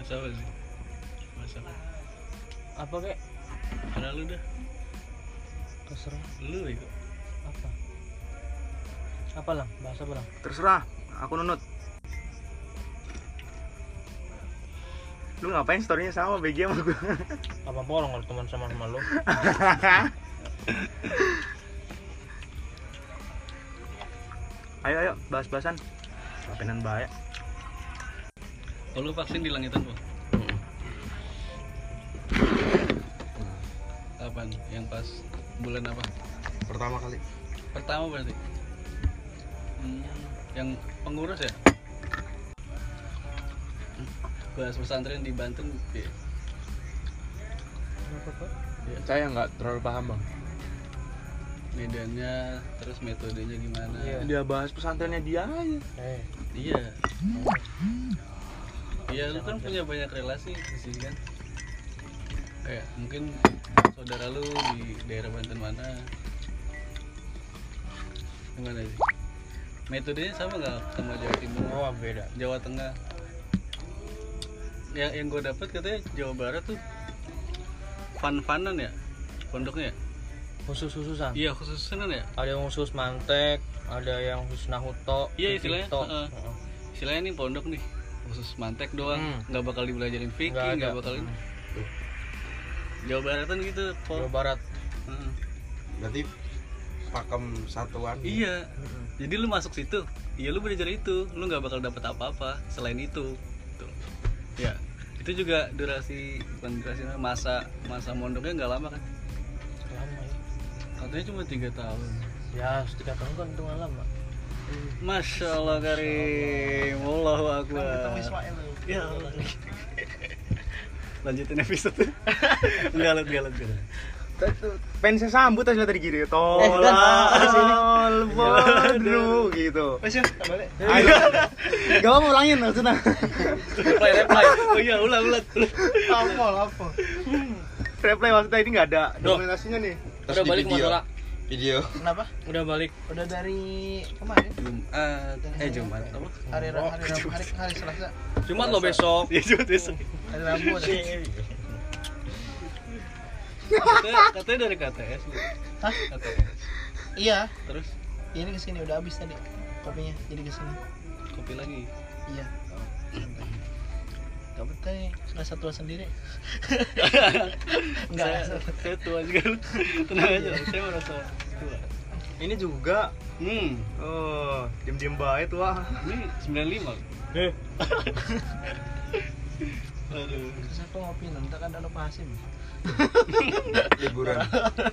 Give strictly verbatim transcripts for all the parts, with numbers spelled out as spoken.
Siapa sih? Masa Apa kek? karena lu dah Terserah. lu itu Apa? Apa lang? Bahasa apa lang? Terserah, aku nunut. Lu ngapain storynya sama B G sama gue? Apa apa orang kalau teman sama sama lo? Ayo ayo bahas-bahasan. Lapinan bahaya. oh, lu vaksin di langitan bu kapan yang pas bulan apa Pertama kali. pertama berarti hmm, yang pengurus ya bahas pesantren di Banten ya. Kenapa kok? Saya nggak terlalu paham bang. Medannya terus metodenya gimana Iya. Dia bahas pesantrennya dia aja. Eh, iya iya lu kan punya banyak relasi di sini kan kayak mungkin saudara lu di daerah Banten mana gimana sih metodenya sama nggak sama Jawa Timur oh beda. Jawa Tengah yang yang gue dapat katanya Jawa Barat tuh fun-funan ya pondoknya Khusus-khususan. iya khususan ya Ada yang khusus mantek, ada yang khusus nahuto. Iya, istilahnya, Fikito. heeh. Heeh. istilahnya nih pondok nih khusus mantek doang Hmm. nggak bakal dibelajarin fikih Nggak ada. nggak bakal Hmm. Jawa Barat kan gitu po. Jawa Barat. Heeh. Berarti pakem satuan. iya Heeh. jadi lu masuk situ iya lu belajar itu lu nggak bakal dapet apa-apa selain itu tuh ya itu juga durasi bukan durasi masa masa mondoknya nggak lama kan Lama ya. katanya cuma tiga tahun Ya, tiga tahun kan hitungan lama. Masya Allah Karim Allahu Akbar ya Allah. Lanjutin episode enggak lanjut enggak lanjut Pengen saya sambut aja dari kiri. Eh, Tolol bodoh gitu. Wes ya, balik. Ayo. Gak mau ulangin maksudnya. reply reply oh iya ulang ulang ulang. Apa apa? Replay maksudnya ini nggak ada dokumentasinya nih. Terus Udah di balik video. masalah. Video. Kenapa? Udah balik. Udah dari kemarin? Jumat eh Jumat apa Hari Rabu, hari Rabu, hari, hari Selasa, Jumat lo besok. ya Jumat besok hari Rabu. Ada. katanya, katanya dari K T S lu. Hah? K T S Iya, terus ini kesini udah habis tadi kopinya, jadi kesini. kopi lagi Iya. Gak betah nih, rasa tua sendiri. Enggak, saya, saya tua juga tenang aja saya merasa tua Ini juga. hmm Oh, diem-diem baik tuh ah. ini sembilan puluh lima Eh, aduh terus aku ngopi nanti kan ada pasim. Liburan.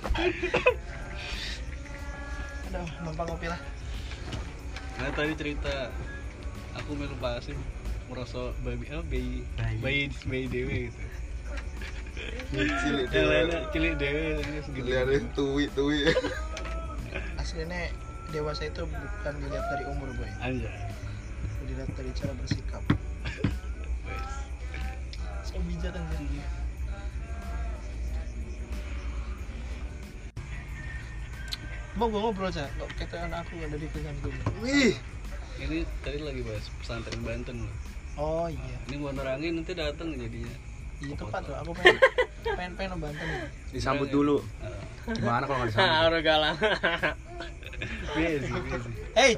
Aduh, numpang ngopi lah. nah tadi cerita aku melu pasim merasa bayi oh bayi bayi bayi dewe gitu Cilik yang tuh. lainnya cilik dewe ini segitu Lihat tuwi tuwi. Aslinya dewasa itu bukan dilihat dari umur, boy. aja Dilihat dari cara bersikap. Saya bijak kan jadi. Mau gue ngobrol aja, kok kata anak aku ada di keganggu. Wih. ini tadi lagi bahas pesantren Banten loh Oh iya, ini mau nerangin nanti datang jadinya iya tepat loh. Aku pengen pengen pengen ngebantu nih. Disambut dulu. Heeh. Gimana kalau nggak disambut? udah galang. Busy, busy. Hey.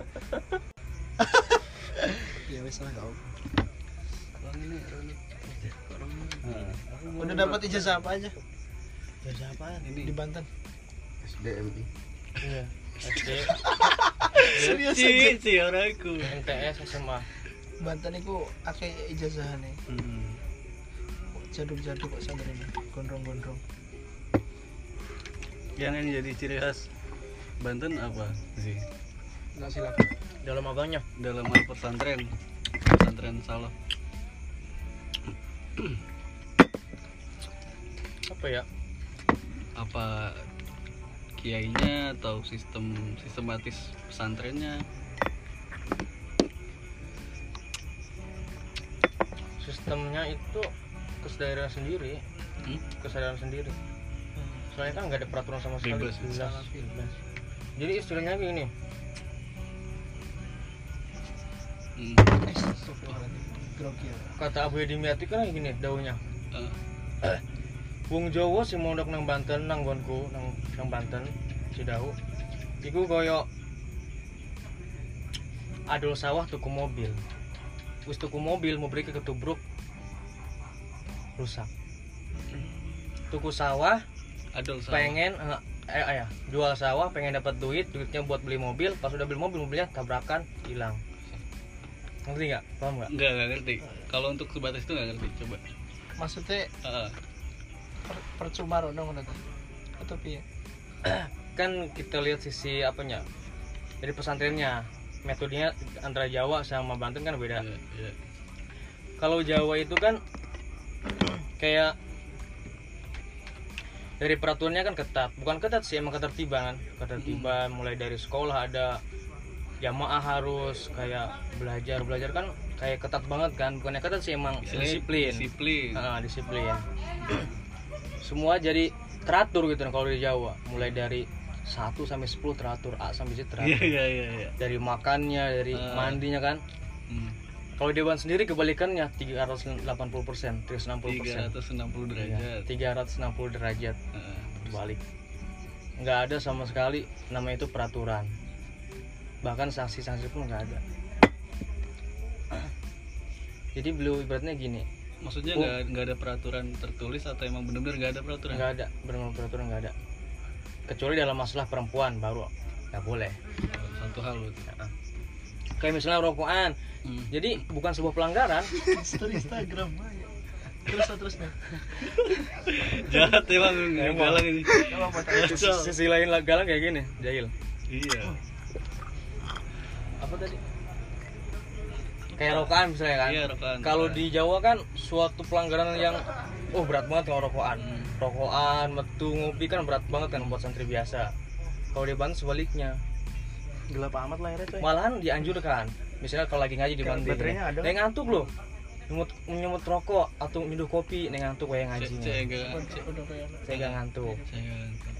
Ya wes lah kau. Orang ini, orang ini. Orang ini. Nah, aku mau Udah nembak. dapat ijazah apa aja? Ijazah apa? Ini. Di Banten. S D M I. Iya. S D, Serius Ci, aja. ci orangku. N T S, S M A. Banten itu akeh ijazah nih. Hmm. Jadul-jadul kok santrinya. Gondrong-gondrong. Yang yang jadi ciri khas Banten apa sih? Enggak silakan. Dalam abangnya. Dalam hal pesantren, pesantren Salaf. Apa ya? Apa kiainya atau sistem sistematis pesantrennya? Sistemnya itu kesadaran sendiri, Hmm? kesadaran sendiri. Soalnya kan nggak ada peraturan sama sekali. Bebas. Bebas. Bebas. Jadi istilahnya gini, Hmm. Eh, astagfirullahaladzim. Grokil. Kata Abu Edimiati kan gini daunnya. Eh, Wong Jawa sing mondok nang Banten nang nggonku nang nang Banten Cidahu. Iku koyo adol sawah tuku mobil. Wis tuku mobil mau beli ketubruk rusak. Tuku sawah adol sawah. pengen eh, eh, ya jual sawah pengen dapat duit duitnya buat beli mobil pas udah beli mobil mobilnya tabrakan hilang. Ngerti nggak? Paham nggak? Enggak, enggak ngerti. Kalau untuk sebatas itu enggak ngerti, coba. Maksudnya Heeh. per- percuma dong udah tuh. Atau piye? Kan kita lihat sisi apanya dari pesantrennya metodenya antara Jawa sama Banten kan beda. Iya, iya. Kalau Jawa itu kan kayak dari peraturannya kan ketat, bukan ketat sih emang ketertiban, ketertiban mulai dari sekolah ada jamaah harus kayak belajar belajar kan kayak ketat banget kan, bukannya ketat sih emang Istilahnya disiplin, Disiplin. Ah, disiplin. Semua jadi teratur gitu kalau di Jawa, mulai dari satu sampai sepuluh teratur, A sampai Z teratur. Iya, iya, iya, iya. Dari makannya, dari Ah. mandinya kan. Hmm. Kalau di Banten sendiri kebalikannya tiga ratus delapan puluh persen, tiga ratus enam puluh persen. tiga ratus enam puluh derajat. tiga ratus enam puluh derajat Heeh. balik. Nggak ada sama sekali namanya itu peraturan. Bahkan sanksi-sanksi pun nggak ada. Jadi beliau ibaratnya gini, Maksudnya Oh. nggak nggak ada peraturan tertulis atau emang benar-benar nggak ada peraturan? nggak ada benar peraturan nggak ada. Kecuali dalam masalah perempuan baru nggak boleh. Satu hal berarti. Kayak misalnya rokokan. Hmm. Jadi bukan sebuah pelanggaran. Story Instagram aja. Terus terus nih. Jahat emang Emang. galang ini. Apa apa tadi? Kacau. Sisi lain lah galang kayak gini, jahil. Iya. Apa tadi? Kayak rokokan misalnya kan. Iya, rokokan. Kalau di Jawa kan suatu pelanggaran yang oh berat banget kalau rokokan. Hmm. Rokokan, metu, ngopi kan berat banget kan buat santri biasa. Kalau di Banten sebaliknya, Gelap amat lah ya coy. malahan dianjurkan. Misalnya kalau lagi ngaji di Kayak Banten, baterainya ada nih ngantuk loh, nyemut nyemut rokok atau minum kopi, nih ngantuk kayak Saya ngajinya. saya nggak Udah udah kayak Saya gak ngantuk. saya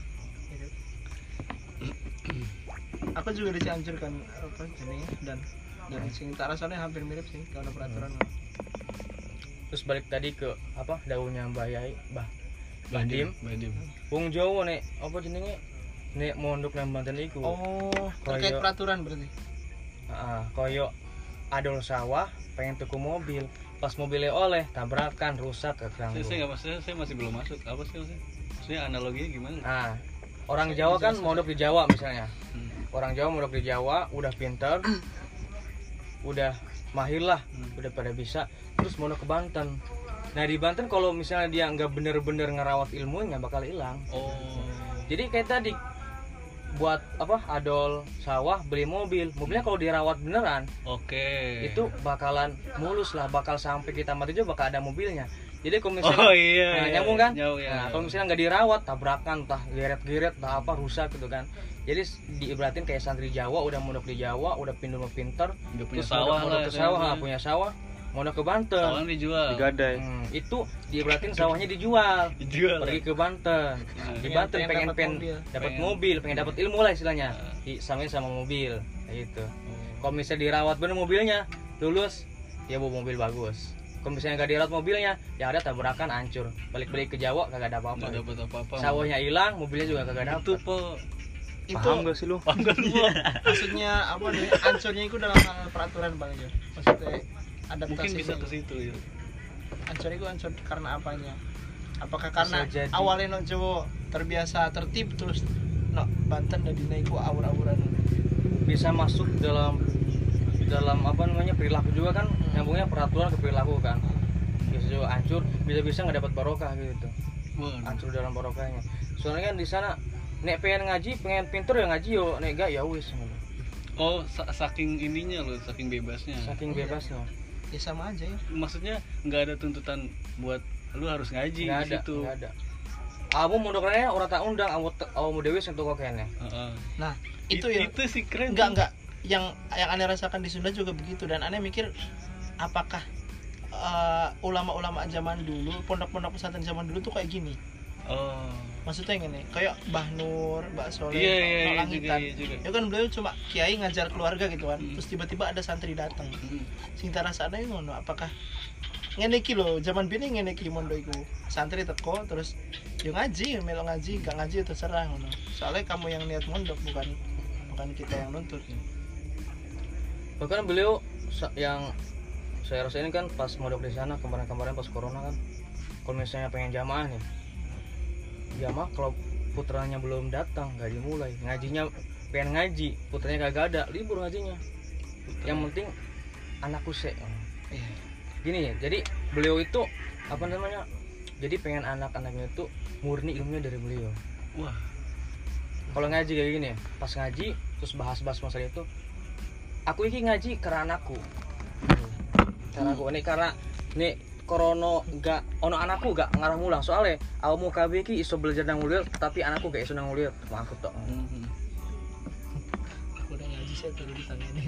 aku juga dianjurkan apa jenis dan dan sing tak rasanya hampir mirip sih kalau ada peraturan. Terus balik tadi ke apa daunnya Mbah Yai, Mbah Bandim, Bandim. Wong Jawa nih apa jenenge nek mondok nang Banten iku. Oh, terkait Kayak- peraturan berarti. Heeh, koyo adol sawah pengen tuku mobil, pas mobilnya oleh tabrakan rusak ke Saya saya ganggu. nggak maksudnya saya masih belum masuk. Apa sih maksudnya? Maksudnya analoginya gimana? Nah, orang Jawa kan mondok di Jawa misalnya. Hmm. Orang Jawa mondok di Jawa udah pinter, udah mahir lah, Hmm. udah pada bisa, terus mondok ke Banten. Nah di Banten kalau misalnya dia nggak bener-bener ngerawat ilmunya bakal hilang. Oh. Jadi kayak tadi buat apa adol sawah beli mobil, mobilnya kalau dirawat beneran Oke. itu bakalan mulus lah, bakal sampai kita mati juga bakal ada mobilnya. Jadi kalau misalnya Oh iya. nah, iya, nyambung kan? Nyambung, ya, Nah, nyambung. kalau misalnya nggak dirawat, tabrakan, entah geret-geret, entah apa rusak gitu kan. Jadi s- diibaratin kayak santri Jawa udah mondok di Jawa, udah pindah pinter, Udah punya terus sawah mondok, mondok lah, ke sawah, saya- nggak punya sawah, mondok ke Banten. Sawahnya dijual. Digadai. Hmm, itu diibaratin sawahnya dijual. Dijual. Pergi ke Banten. Di Pengen- Banten pengen pengen dapat pengen mobil. dapat Pengen- mobil, pengen dapat ilmu lah istilahnya. Nah. Disamain sama mobil kayak gitu. Oh. Kalau misalnya dirawat bener mobilnya, lulus ya bawa mobil bagus. Kalau misalnya nggak dirawat mobilnya, yang ada tabrakan hancur. Balik-balik ke Jawa kagak ada Nggak apa-apa. dapat apa-apa. Sawahnya hilang, mobilnya juga kagak Itu dapet. po. Itu Paham gak sih lu? Paham kan po? maksudnya apa nih? Ancurnya itu dalam hal peraturan Bang ya. Maksudnya adaptasi. Mungkin bisa ke situ ya. Ancur itu ancur karena apanya? Apakah karena Bisa jadi. awalnya no Jawa terbiasa tertib terus no Banten dan dinaiku awur-awuran. Bisa masuk dalam dalam apa namanya perilaku juga kan, nyambungnya peraturan ke perilaku kan. Bisa juga hancur, bisa-bisa nggak dapat barokah gitu. Waduh. Hancur dalam barokahnya. Soalnya kan di sana nek pengen ngaji, pengen pinter ya ngaji yo, nek gak ya wis. Oh, sa- saking ininya loh, saking bebasnya. Saking bebasnya. Ya sama aja ya. Maksudnya nggak ada tuntutan buat lu harus ngaji Nggak di ada, situ. nggak ada. Amu mondok rene orang tak undang, amu amu dewi sing toko kene. Heeh. Nah, itu It- ya. itu sih keren. Enggak tuh. enggak yang yang aneh rasakan di Sunda juga begitu dan aneh mikir apakah eh, ulama-ulama zaman dulu, pondok-pondok pesantren zaman dulu tuh kayak gini. Oh. maksudnya gini, kayak Mbah Nur, Mbak Soleh, Iya, iya, Mbak iya, juga, Langitan. iya juga. Ya kan beliau cuma kiai ngajar keluarga gitu kan. Hmm. Terus tiba-tiba ada santri datang. Hmm. Sing rasane ngono, apakah ngene iki lho, zaman biyen ngene iki mondo iku. Santri teko terus yo ngaji, melok ngaji, gak ngaji itu terserah ngono. Soalnya kamu yang niat mondok bukan bukan kita yang nuntut. Bahkan beliau sa- yang saya rasa ini kan pas mondok di sana kemarin-kemarin pas corona kan, kalau misalnya pengen jamaah nih, jamaah kalau putranya belum datang nggak dimulai, ngajinya pengen ngaji putranya kagak ada, libur ngajinya. Yang penting anakku sih. Iya. Gini ya, jadi beliau itu apa namanya? Jadi pengen anak-anaknya itu murni ilmunya dari beliau. Wah, Kalau ngaji kayak gini, pas ngaji terus bahas-bahas masalah itu, aku iki ngaji karena anakku. Karena aku ini karena nih korono gak ono anakku gak ngarah mulang soalnya awakmu kabeh iki iso belajar nang mulir tapi anakku gak iso nang mulir aku tok. hmm. Aku udah ngaji saya tadi ditanyani.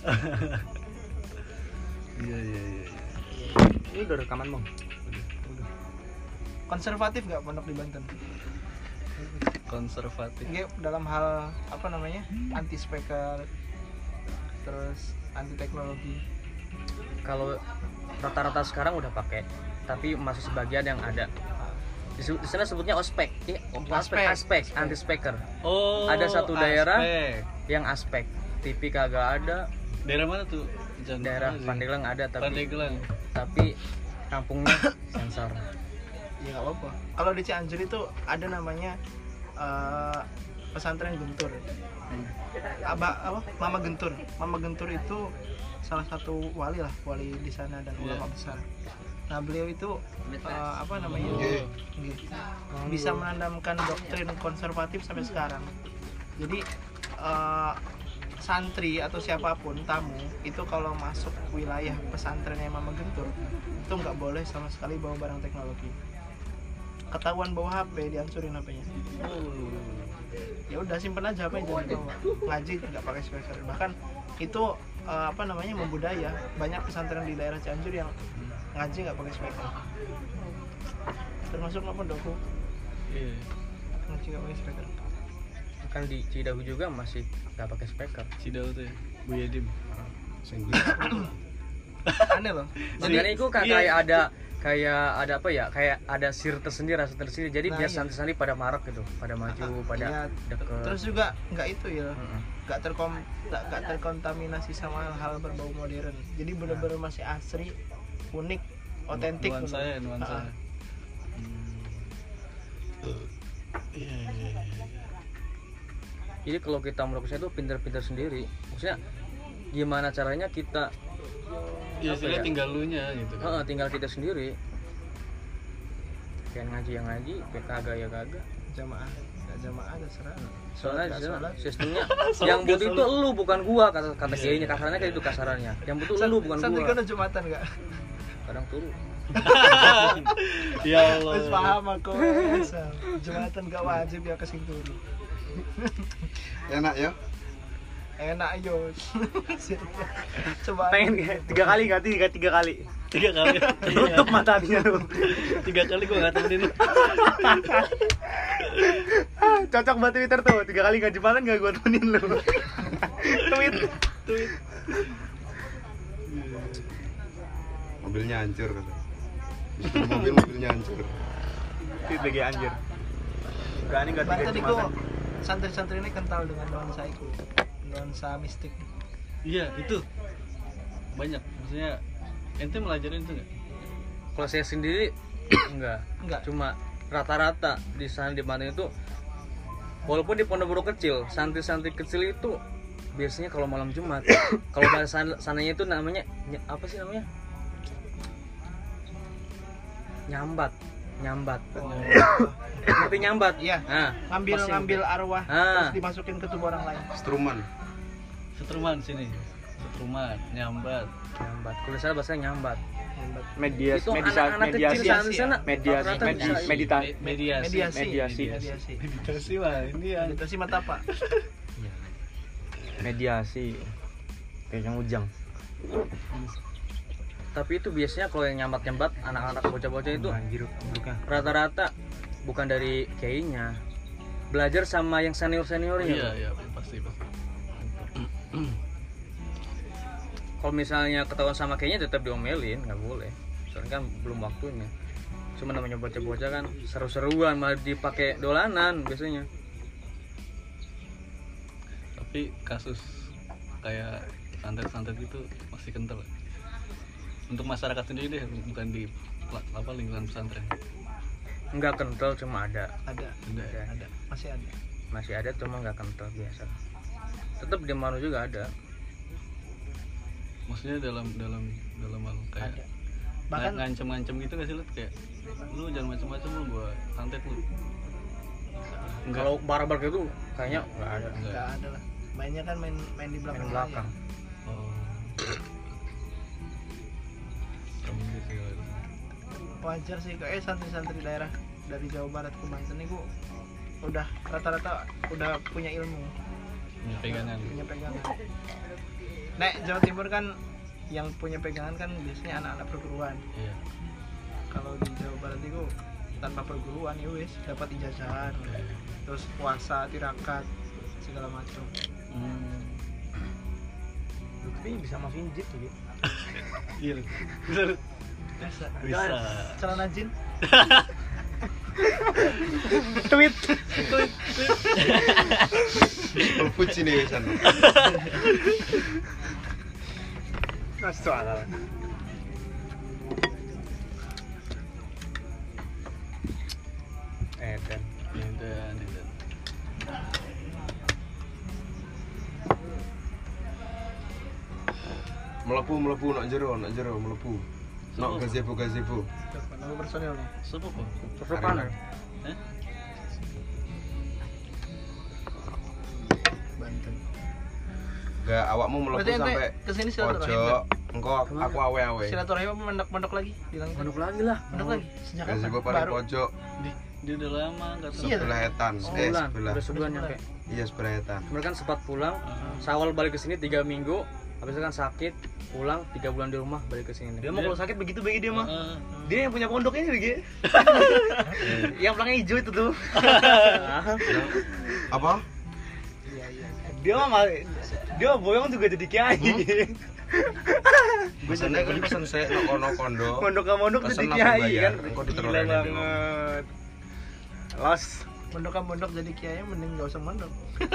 Iya iya iya. Ini udah rekaman bang. Konservatif gak pondok di Banten? Konservatif. Nggak, dalam hal apa namanya? Anti speaker terus anti teknologi. Kalau rata-rata sekarang udah pakai, tapi masih sebagian yang ada. Di, di sana sebutnya ospek, ini Aspek. aspek, aspek, anti speaker. Oh, Ada satu daerah aspek. yang aspek, T V kagak ada, Daerah mana tuh? Jangan daerah tahu sih. Pandeglang ada tapi Pandeglang. tapi kampungnya sensor. Ya nggak apa-apa. Kalau di Cianjur itu ada namanya eh, pesantren Gentur. Aba apa? Mama Gentur. Mama Gentur itu salah satu wali lah, wali di sana dan ulama Iya. besar. Nah beliau itu eh, apa namanya? Iya. Gitu. Bisa menanamkan doktrin konservatif sampai sekarang. Jadi eh, santri atau siapapun tamu itu kalau masuk wilayah pesantrennya Mama Gentur itu nggak boleh sama sekali bawa barang teknologi. Ketahuan bawa H P dihancurin H P-nya. Ya udah simpen aja H P-nya jangan dibawa. Ngaji nggak pakai speaker. Bahkan itu eh, apa namanya membudaya. Banyak pesantren di daerah Cianjur yang ngaji nggak pakai speaker. Termasuk apa pondokku Iya. ngaji nggak pakai speaker. Kan di Cidahu juga masih nggak pakai speaker. Cidau tuh ya. Bu Yadim. Aneh loh. Jadi itu kayak iya. kayak ada kayak ada apa ya? Kayak ada sir tersendiri, rasa tersendiri. Jadi Nah, biar iya. santri-santri pada marak gitu, pada maju, pada Iya, deket. terus juga nggak itu ya. Mm-mm. nggak terkom nggak nggak terkontaminasi sama hal-hal berbau modern. Jadi benar-benar masih asri, unik, otentik. Nuansa ya, gitu. nuansa. Ah, Hmm. Iya iya iya. Jadi kalau kita merokoknya itu pintar-pintar sendiri. Maksudnya gimana caranya kita Ya, Apa istilahnya ya? tinggal lu nya gitu kan. Heeh, tinggal kita sendiri. Kayak ngaji yang ngaji, kayak kagak ya kagak. jamaah nggak jamaah terserah. Soalnya di Nggak sana sholat. sistemnya Sholat yang nggak butuh itu sholat. lu bukan gua kata kata Iya, kiainya iya. kasarnya kayak itu kasarannya. Yang butuh San- lu bukan santri gua. kan jumatan nggak? Kadang turu. Ya Allah. Terus paham aku. Sam. Jumatan nggak wajib ya kesing turu. Enak ya? Enak yo. Coba. Pengen tiga kali nggak tiga tiga kali. Tiga kali. Tutup matanya lu. Tiga kali gua enggak temenin. Ah, cocok buat Twitter tuh. Tiga kali nggak jumatan nggak gua temenin lu. Tweet. Tweet. Mobilnya hancur kata. Disuruh mobil mobilnya hancur. Tweet B G anjir. Berani nggak tiga Banten itu jumatan. santri-santri ini kental dengan nuansa itu. Nuansa mistik. Iya, itu. Banyak. Maksudnya ente melajarin itu enggak? Kalau saya sendiri enggak. Enggak. Cuma rata-rata di sana di Banten itu walaupun di pondok-pondok kecil, santri-santri kecil itu biasanya kalau malam Jumat, kalau bahasa sananya itu namanya ny- apa sih namanya? Nyambat, nyambat. Oh. Ngerti nyambat? Iya. Nah, Ngambil pasti ngambil arwah Ah. terus dimasukin ke tubuh orang lain. Struman. Setruman sini. Setruman, nyambat. nyambat. Kalau saya bahasanya nyambat. Mediasi, Itu medisa, anak-anak kecil mediasi, sana di sana mediasi, rata-rata medi- bisa- medita- Me- mediasi. Mediasi. mediasi. Mediasi. Meditasi mah ini yang Meditasi mata apa? mediasi. Kayak yang ujang. Tapi itu biasanya kalau yang nyambat-nyambat anak-anak bocah-bocah itu Anjir, bukan. rata-rata bukan dari kiainya, belajar sama yang senior seniornya. Iya iya pasti pasti. Kalau misalnya ketahuan sama kiainya tetap diomelin, nggak boleh. Soalnya kan belum waktunya. Cuma namanya bocah-bocah kan seru-seruan malah dipakai dolanan biasanya. Tapi kasus kayak santet-santet gitu masih kental. Untuk masyarakat sendiri deh, bukan di apa lingkungan pesantren. Nggak kental, cuma ada. Ada, Ada ya? ada, masih ada. Masih ada, cuma nggak kental biasa. Tetap di Manu juga ada. Maksudnya dalam dalam dalam hal kayak Ada. Bahkan ng- ngancem-ngancem gitu nggak sih lu, kayak lu jangan macam-macam lu gua santet lu. Enggak. Kalau barbar gitu kayaknya nggak ada. Enggak. nggak ada lah. Mainnya kan main main di belakang. Main belakang. layar. Oh. Kamu gitu sih kalau itu. Wajar sih kayak santri-santri daerah dari Jawa Barat ke Banten itu udah rata-rata udah punya ilmu, Punya pegangan. punya pegangan. Nek Jawa Timur kan yang punya pegangan kan biasanya anak-anak perguruan. Iya. Kalau di Jawa Barat itu tanpa perguruan ya wis dapat ijazahan, terus puasa, tirakat, segala macam. Hmm. Tapi bisa masukin jit gitu. Iya. Lu. Bisa lu. Biasa. Bisa. Celana jin. Tweet. Pucci nih San. Masuk akal. Eh, dan Dan dan. Melepu melepu nak jero nak jero melepu. Nak gazebo gazebo. Nama personil nih. Sopo kok? terdepan. Hah? Banten. Gak awakmu melepu Berarti ente sampai kesini silaturahim. pojok. Engko aku awe-awe. Silaturahim apa mendok-mendok lagi? Bilang Manduk lagi lah. mendok lagi. Sejak Gazebo kapan? paling Baru. pojok Di dia udah lama enggak tahu. Iya. sebelah etan. Eh Sebulan, sebelah. udah sebulan nyampe. Iya sebelah etan. Mereka kan sempat pulang, Heeh. Sawal balik ke sini tiga minggu, habis itu kan sakit, pulang tiga bulan di rumah balik ke sini. Dia mah kalau sakit begitu begitu dia mah. Heeh. Dia yang punya pondok ini lagi. Yang belakangnya hijau itu tuh. Apa? Iya iya. Dia mah mal- dia mah boyong juga jadi kiai. Pesannya kan pesan saya nak kono kondo. Mondok ke mondok Pesan jadi aku kiai bayar, kan. engkau diteror Gila ini, dia banget. Los. Mondok-mondok jadi kiai mending gak usah mondok.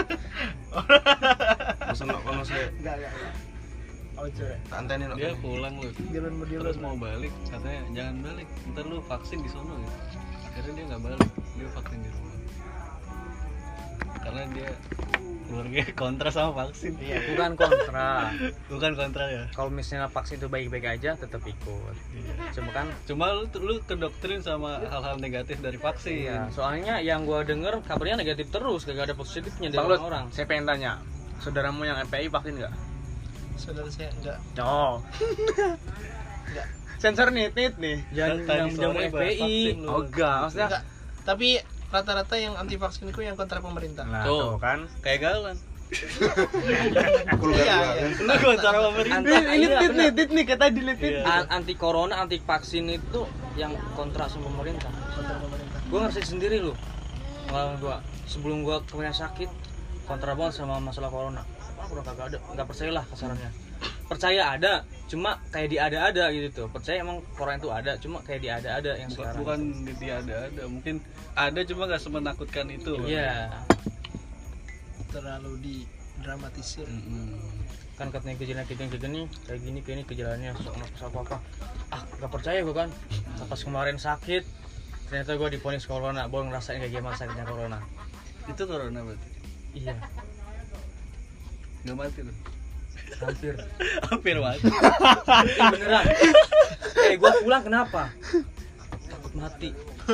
Pesan nak kono saya Enggak enggak. enggak. Ojo ya. tak anteni nak. Dia pulang lu. Dilun berdilun. Terus mau balik katanya jangan balik. Ntar lu vaksin di sono gitu. Akhirnya dia nggak balik. Dia vaksin di rumah. Karena dia keluarga kontra sama vaksin. Iya. Bukan kontra. Bukan kontra ya. Kalau misalnya vaksin itu baik-baik aja, tetap ikut. Cuma kan, Cuma lu lu kedoktrin sama hal-hal negatif dari vaksin. iya. Soalnya yang gua denger kabarnya negatif terus, gak ada positifnya dari Bang Lut, orang-orang. saya pengen tanya. Saudaramu yang M P I vaksin enggak? Saudara saya enggak. Oh. Enggak. Sensor nih, tit nih. Jangan Tadi yang jamu sore F P bahas I. vaksin lu. Oh enggak, maksudnya. Enggak. Tapi rata-rata yang anti vaksin itu yang kontra pemerintah. Nah, Tuh. tuh kan. Kayak galan. Aku Iya, gak iya. Lu kontra pemerintah. Antara- Ini iya, tit nih, bener. tit nih kata di tit. Iya. An- anti corona, anti vaksin itu yang kontra sama pemerintah. Kontra pemerintah. Gue ngerasain sendiri loh. Pengalaman gua sebelum gua kemarin sakit kontra banget sama masalah corona. Aku udah kagak ada, nggak percaya lah kasarannya. Percaya ada, cuma kayak di ada-ada gitu tuh. Percaya emang corona itu ada, cuma kayak di ada-ada yang Bukan, sekarang. bukan dia ada-ada, mungkin ada cuma nggak semenakutkan itu. Iya. Terlalu didramatisir. Mm-mm. Kan katanya gejala kayak gini, kayak gini, kayak ini gejalanya sok apa apa. Ah, nggak percaya gua kan. Pas kemarin sakit, ternyata gua divonis corona. Gua ngerasain kayak gimana sakitnya corona. Itu corona berarti. Iya, Nggak mati lu. hampir. Hampir mati. Eh, beneran. Eh, gua pulang kenapa? Takut mati.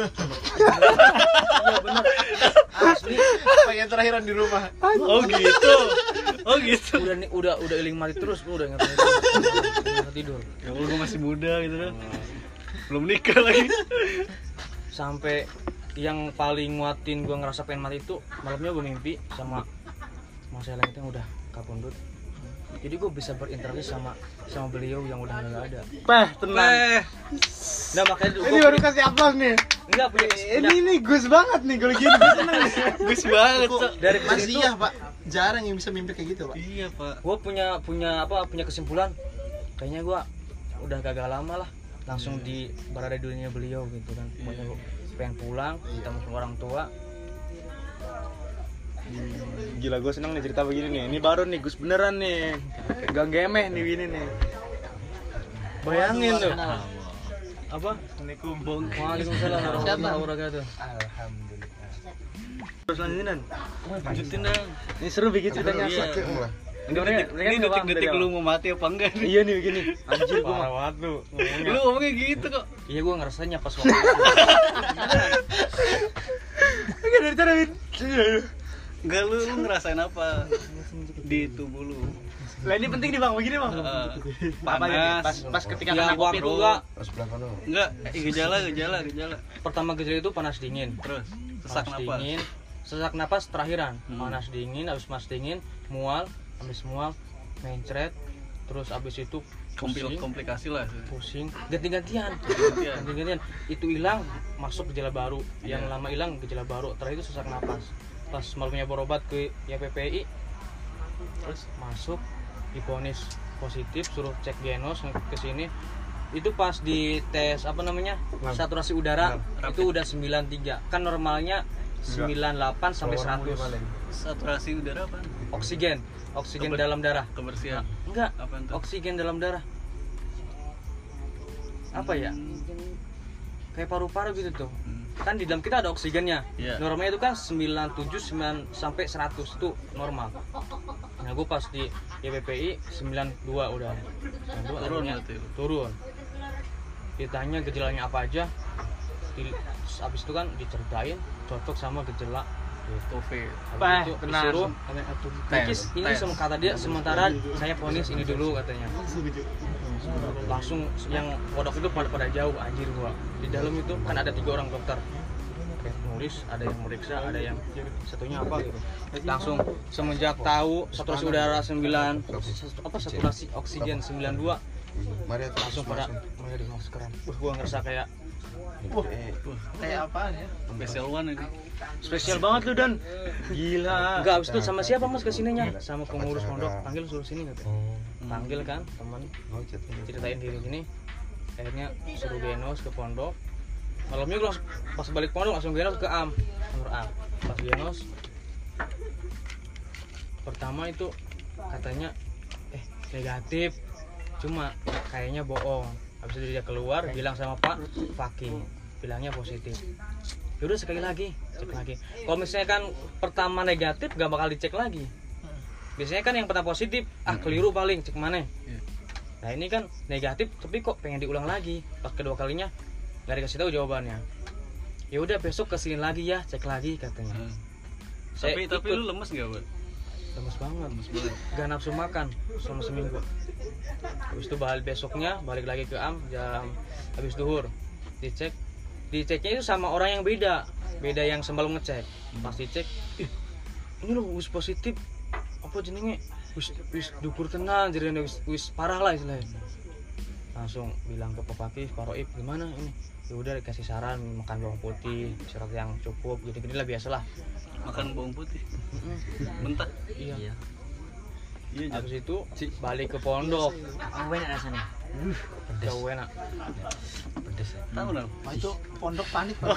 Iya bener. Asli. Pengen terakhiran di rumah. Oh gitu. Oh gitu. Udah nih, udah udah iling mati terus, gua udah nggak tidur. Nggak tidur. Ya Allah, gue masih muda gitu kan. Belum nikah lagi. Sampai yang paling nguatin gua ngerasa pengen mati itu malamnya gua mimpi sama Mas Eleng itu yang udah kapundut. Jadi gue bisa berinteraksi sama sama beliau yang udah nggak ada. Peh, tenang. Nah makanya Ini baru kasih aplaus nih. enggak punya, Ini ini Gus banget nih kalau gini. Gus seneng nih. Gus banget. Cok. dari Masih situ iya pak, jarang yang bisa mimpi kayak gitu pak. Iya pak. gue punya punya apa punya kesimpulan kayaknya gue udah gagal lama lah langsung di berada di dunia beliau gitu kan. Pokoknya gue pengen pulang ketemu sama orang tua. Gila gue seneng nih cerita begini nih. Ini baru nih Gus beneran nih. Gak gemeh nih gini nih. Bayangin tuh. Apa? Assalamualaikum. Waalaikumsalam warahmatullahi wabarakatuh. Terus lanjutin Dan. Lanjutin dong. Ini seru bikin ceritanya. Iya. Sakit lah. Enggak Ini detik- ini detik-detik lu mau mati apa enggak nih? Iya nih begini. Anjir gue parah banget lu. Lu ngomongnya gitu kok. Iya gue ngerasanya pas waktu itu. Enggak dari cara Win. Enggak, lu, lu ngerasain apa di tubuh lu? Lah ini penting nih Bang, begini Bang. Eh, Apanya nih? panas. Pas pas ketika Ya, kena kopi waktu tuh. enggak Pas sebelah kanan. Enggak, eh, gejala gejala gejala. pertama gejala itu panas dingin. Terus sesak Panas napas. dingin, sesak napas terakhiran. Hmm. Panas dingin, habis panas dingin, mual, habis mual, mencret, terus habis itu Kompil pusing, komplikasi lah. pusing, ganti-gantian, Ganti-gantian. ganti-gantian. Itu hilang, masuk gejala baru. Yang Iya. lama hilang, gejala baru. Terakhir itu sesak napas. Pas malamnya berobat ke Y P P I, terus masuk, divonis positif, suruh cek genos ke sini. Itu pas di tes apa namanya saturasi udara Rapid. itu udah sembilan puluh tiga, kan normalnya sembilan puluh delapan sampai seratus. Saturasi udara apa? Oksigen, oksigen Keber- dalam darah. Kebersihan. Enggak, Apaan tuh? oksigen dalam darah. Apa ya? Kayak paru-paru gitu tuh. Hmm. Kan di dalam kita ada oksigennya. Iya. Normalnya itu kan sembilan puluh tujuh sembilan sampai seratus itu normal. Nah, gue pas di Y P P I sembilan puluh dua udah. sembilan puluh dua Turun akhirnya berarti lu. turun. Ditanya gejalanya apa aja. Di, habis itu kan diceritain cocok sama gejala Covid. Habis Peh, itu tenang. disuruh Tes, Nikis, ini tes. semua kata dia sementara saya vonis ini dulu katanya. Langsung yang kodok itu pada pada jauh anjir gua. Di dalam itu kan ada tiga orang dokter. Kayak nulis, ada yang meriksa, ada yang satunya apa gitu. Langsung semenjak tahu saturasi udara sembilan apa saturasi oksigen sembilan puluh dua Mari atas, langsung pada mulai di maskeran. Wah, gua ngerasa kayak Wah, Kayak apaan ya? special one ini. Spesial banget lu Dan. Gila. enggak habis itu sama siapa Mas kesininya? Sama pengurus pondok, panggil suruh sini katanya. Panggil kan teman Oh, chatnya. ceritain diri gini, akhirnya suruh genos ke pondok. Malamnya gue langsung pas balik pondok langsung genos ke am nomor am. Pas genos pertama itu katanya eh negatif, cuma kayaknya bohong. Habis itu dia keluar bilang sama Pak Fakih, bilangnya positif. Yaudah sekali lagi cek lagi. Kalau misalnya kan pertama negatif gak bakal dicek lagi. Biasanya kan yang pertama positif ah keliru paling cek mana. Nah ini kan negatif tapi kok pengen diulang lagi. Pas kedua kalinya nggak dikasih tahu jawabannya. Ya udah besok kesini lagi ya cek lagi katanya. Hmm. Saya Tapi tapi ikut. lu lemes enggak, Bud? Lemes banget, Lemes banget. gak nafsu makan selama seminggu. Habis itu balik besoknya balik lagi ke am jam habis duhur dicek, diceknya itu sama orang yang beda, beda yang sebelum ngecek. Pas dicek, ih ini loh wis positif apa jenenge wis wis dukur tenan jadi wis wis parah lah istilahnya. Langsung bilang ke Pak Fakih, Pak Roib gimana ini? Ya udah dikasih saran makan bawang putih, istirahat yang cukup, gitu-gitu lah biasalah. Makan bawang putih. Mentah. Iya. Iya, Jan. Habis itu balik ke pondok. Enak rasanya. Jauh enak. Pedes. Tahu dong. Wah, itu pondok panik pak.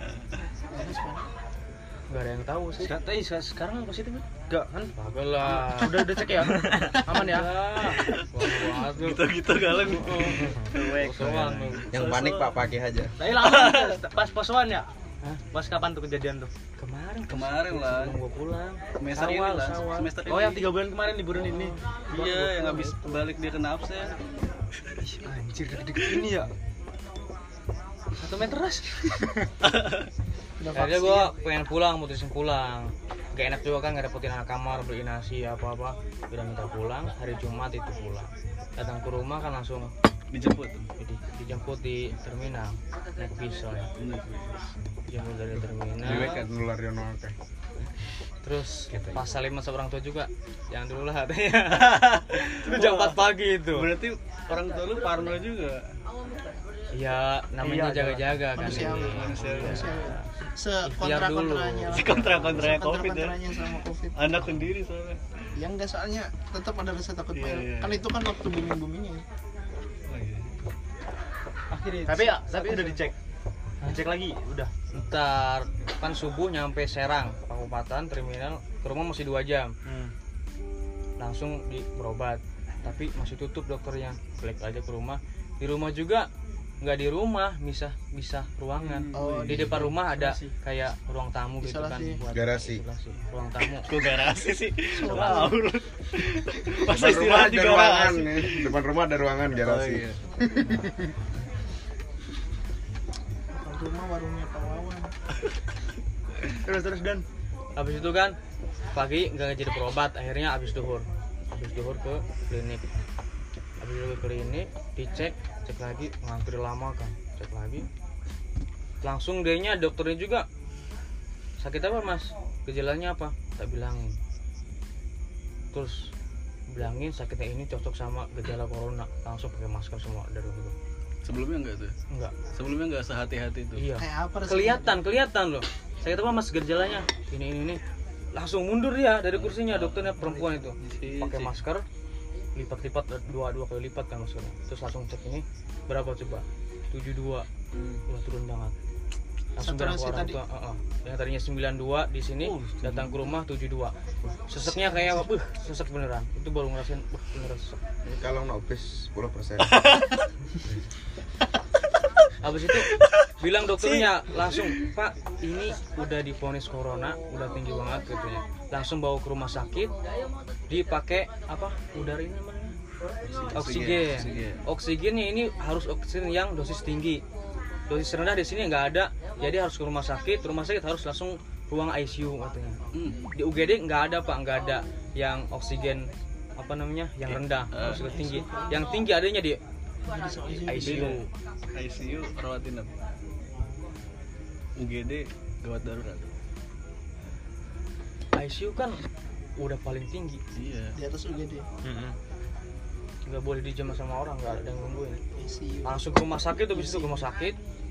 Gak ada yang tahu sih. Tapi sekarang apa sih itu? Enggak kan? Bagus lah. Udah udah cek ya? Aman ya? Wah, tuh. Gitu-gitu kalian. Kosongan. Yang panik Pak Fakih aja. Tapi langsung pas posoan ya? Hah? Pas kapan tuh kejadian tuh? Kemarin Kemarin lah. sebelum gua pulang. Semester ini Sawal, lah. sawal. Semester ini. Oh yang tiga bulan kemarin liburan ini. Iya, yang habis balik dia kena absen. Anjir deket-deket ini ya. Satu meter ras. Akhirnya gua pengen pulang, mutusin pulang. Gak enak juga kan ngerepotin anak kamar, beli nasi apa-apa. Udah minta pulang, hari Jumat itu pulang. Datang ke rumah kan langsung Dijemput. di, dijemput di terminal naik pisau ya. Dijemput dari terminal. Dewek kan nular yang akeh. Terus pas salim sama orang tua juga, jangan dulu lah katanya. Itu jam empat pagi itu. Berarti orang tua lu parno juga. Ya namanya Iya, jaga-jaga kan. Manusiawi. ini. Manusiawi. Iya. Sekontra-kontranya lah. Kontra-kontranya COVID ya. Kontra-kontranya sama COVID. Anak sendiri soalnya. Ya enggak, soalnya tetap ada rasa takut Iya, main. iya. Kan itu kan waktu booming-boomingnya. Oh, iya. Akhirnya Tapi ya, tapi udah dicek. Dicek lagi, udah. Ntar kan subuh nyampe Serang, Kabupaten terminal, ke rumah masih dua jam. Hmm. Langsung di berobat. Tapi masih tutup dokternya. Balik aja ke rumah. Di rumah juga nggak di rumah, bisa bisa ruangan. Oh, Di depan rumah ada kayak ruang tamu gitu kan Isolasi. buat Garasi. isolasi. Ruang tamu. Kok garasi sih? Wow. Masa Depan rumah istirahat ada di ruangan garasi? nih. Depan rumah ada ruangan Oh, garasi. iya. Depan rumah warungnya Pak Wawan. Terus terus Dan. Habis itu kan pagi nggak jadi berobat, akhirnya habis duhur. Habis duhur ke klinik. Habis duhur ke klinik, dicek, cek lagi, ngantri lama kan. Cek lagi. Langsung dehnya dokternya juga, sakit apa mas? Gejalanya apa? Tak bilangin. Terus bilangin sakitnya ini cocok sama gejala corona. Langsung pakai masker semua dari itu. Sebelumnya enggak tuh? Enggak. Sebelumnya enggak sehati-hati itu. Iya. Kayak apa rasanya? Kelihatan, kelihatan loh. Sakit apa mas gejalanya? Ini ini ini. Langsung mundur dia dari kursinya, dokternya perempuan itu. Pakai masker, lipat-lipat dua dua kali lipat kan maskernya. Terus langsung cek ini berapa coba? tujuh puluh dua. Udah turun banget. Langsung bilang ke Saturasi orang tadi. tua, uh-uh. Yang tadinya sembilan puluh dua di sini datang ke rumah tujuh puluh dua. Seseknya kayak buh, sesek beneran. Itu baru ngerasain buh, beneran sesek. Ini kalau nopis sepuluh persen. Habis itu bilang dokternya langsung, Pak ini udah divonis corona, udah tinggi banget katanya. Langsung bawa ke rumah sakit, dipakai apa? Udara ini namanya? Oksigen. Oksigen. Oksigennya ini harus oksigen yang dosis tinggi. Dosis rendah di sini nggak ada, jadi harus ke rumah sakit. Rumah sakit harus langsung ruang I C U katanya. Hmm. Di U G D nggak ada pak, nggak ada yang oksigen apa namanya, yang rendah, Eh, oksigen tinggi. Yang tinggi adanya di I C U. I C U rawat inap. U G D gawat darurat. I C U kan udah paling tinggi, Iya. Di atas U G D. nggak boleh dijamah sama orang, nggak ada yang nungguin. I C U. Langsung ke rumah sakit, habis itu ke rumah sakit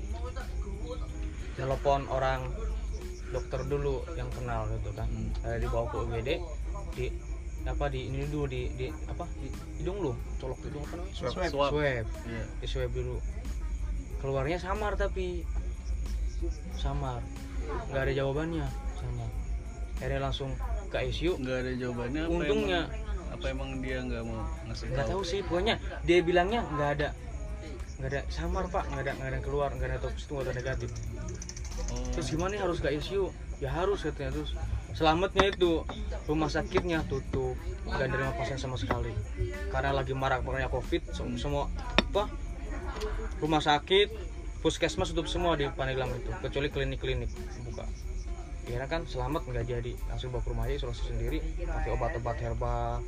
telepon orang dokter dulu yang kenal gitu kan. Hmm. Eh, dibawa ke U G D, di apa di ini dulu di, di apa di hidung lu, colok hidung apa namanya? Swab. Swab. Swab. Swab. Iya. Di swab dulu. Keluarnya samar tapi samar, nggak ada jawabannya, samar. Akhirnya langsung ke I C U. Nggak ada jawabannya. Apa Untungnya emang, apa emang dia nggak mau ngasih nggak tahu sih, pokoknya dia bilangnya nggak ada nggak ada samar pak, nggak ada nggak ada yang keluar, nggak ada topis itu nggak ada negatif. Oh. Terus gimana nih, harus ke I C U? Ya harus katanya. Terus selamatnya itu rumah sakitnya tutup, nggak nerima pasien sama sekali karena lagi marak maraknya covid. Sem- semua apa rumah sakit puskesmas tutup semua di Pandeglang itu, kecuali klinik-klinik buka. Kira kan selamat nggak jadi, langsung bawa ke rumah aja isolasi sendiri, pakai obat-obat herbal.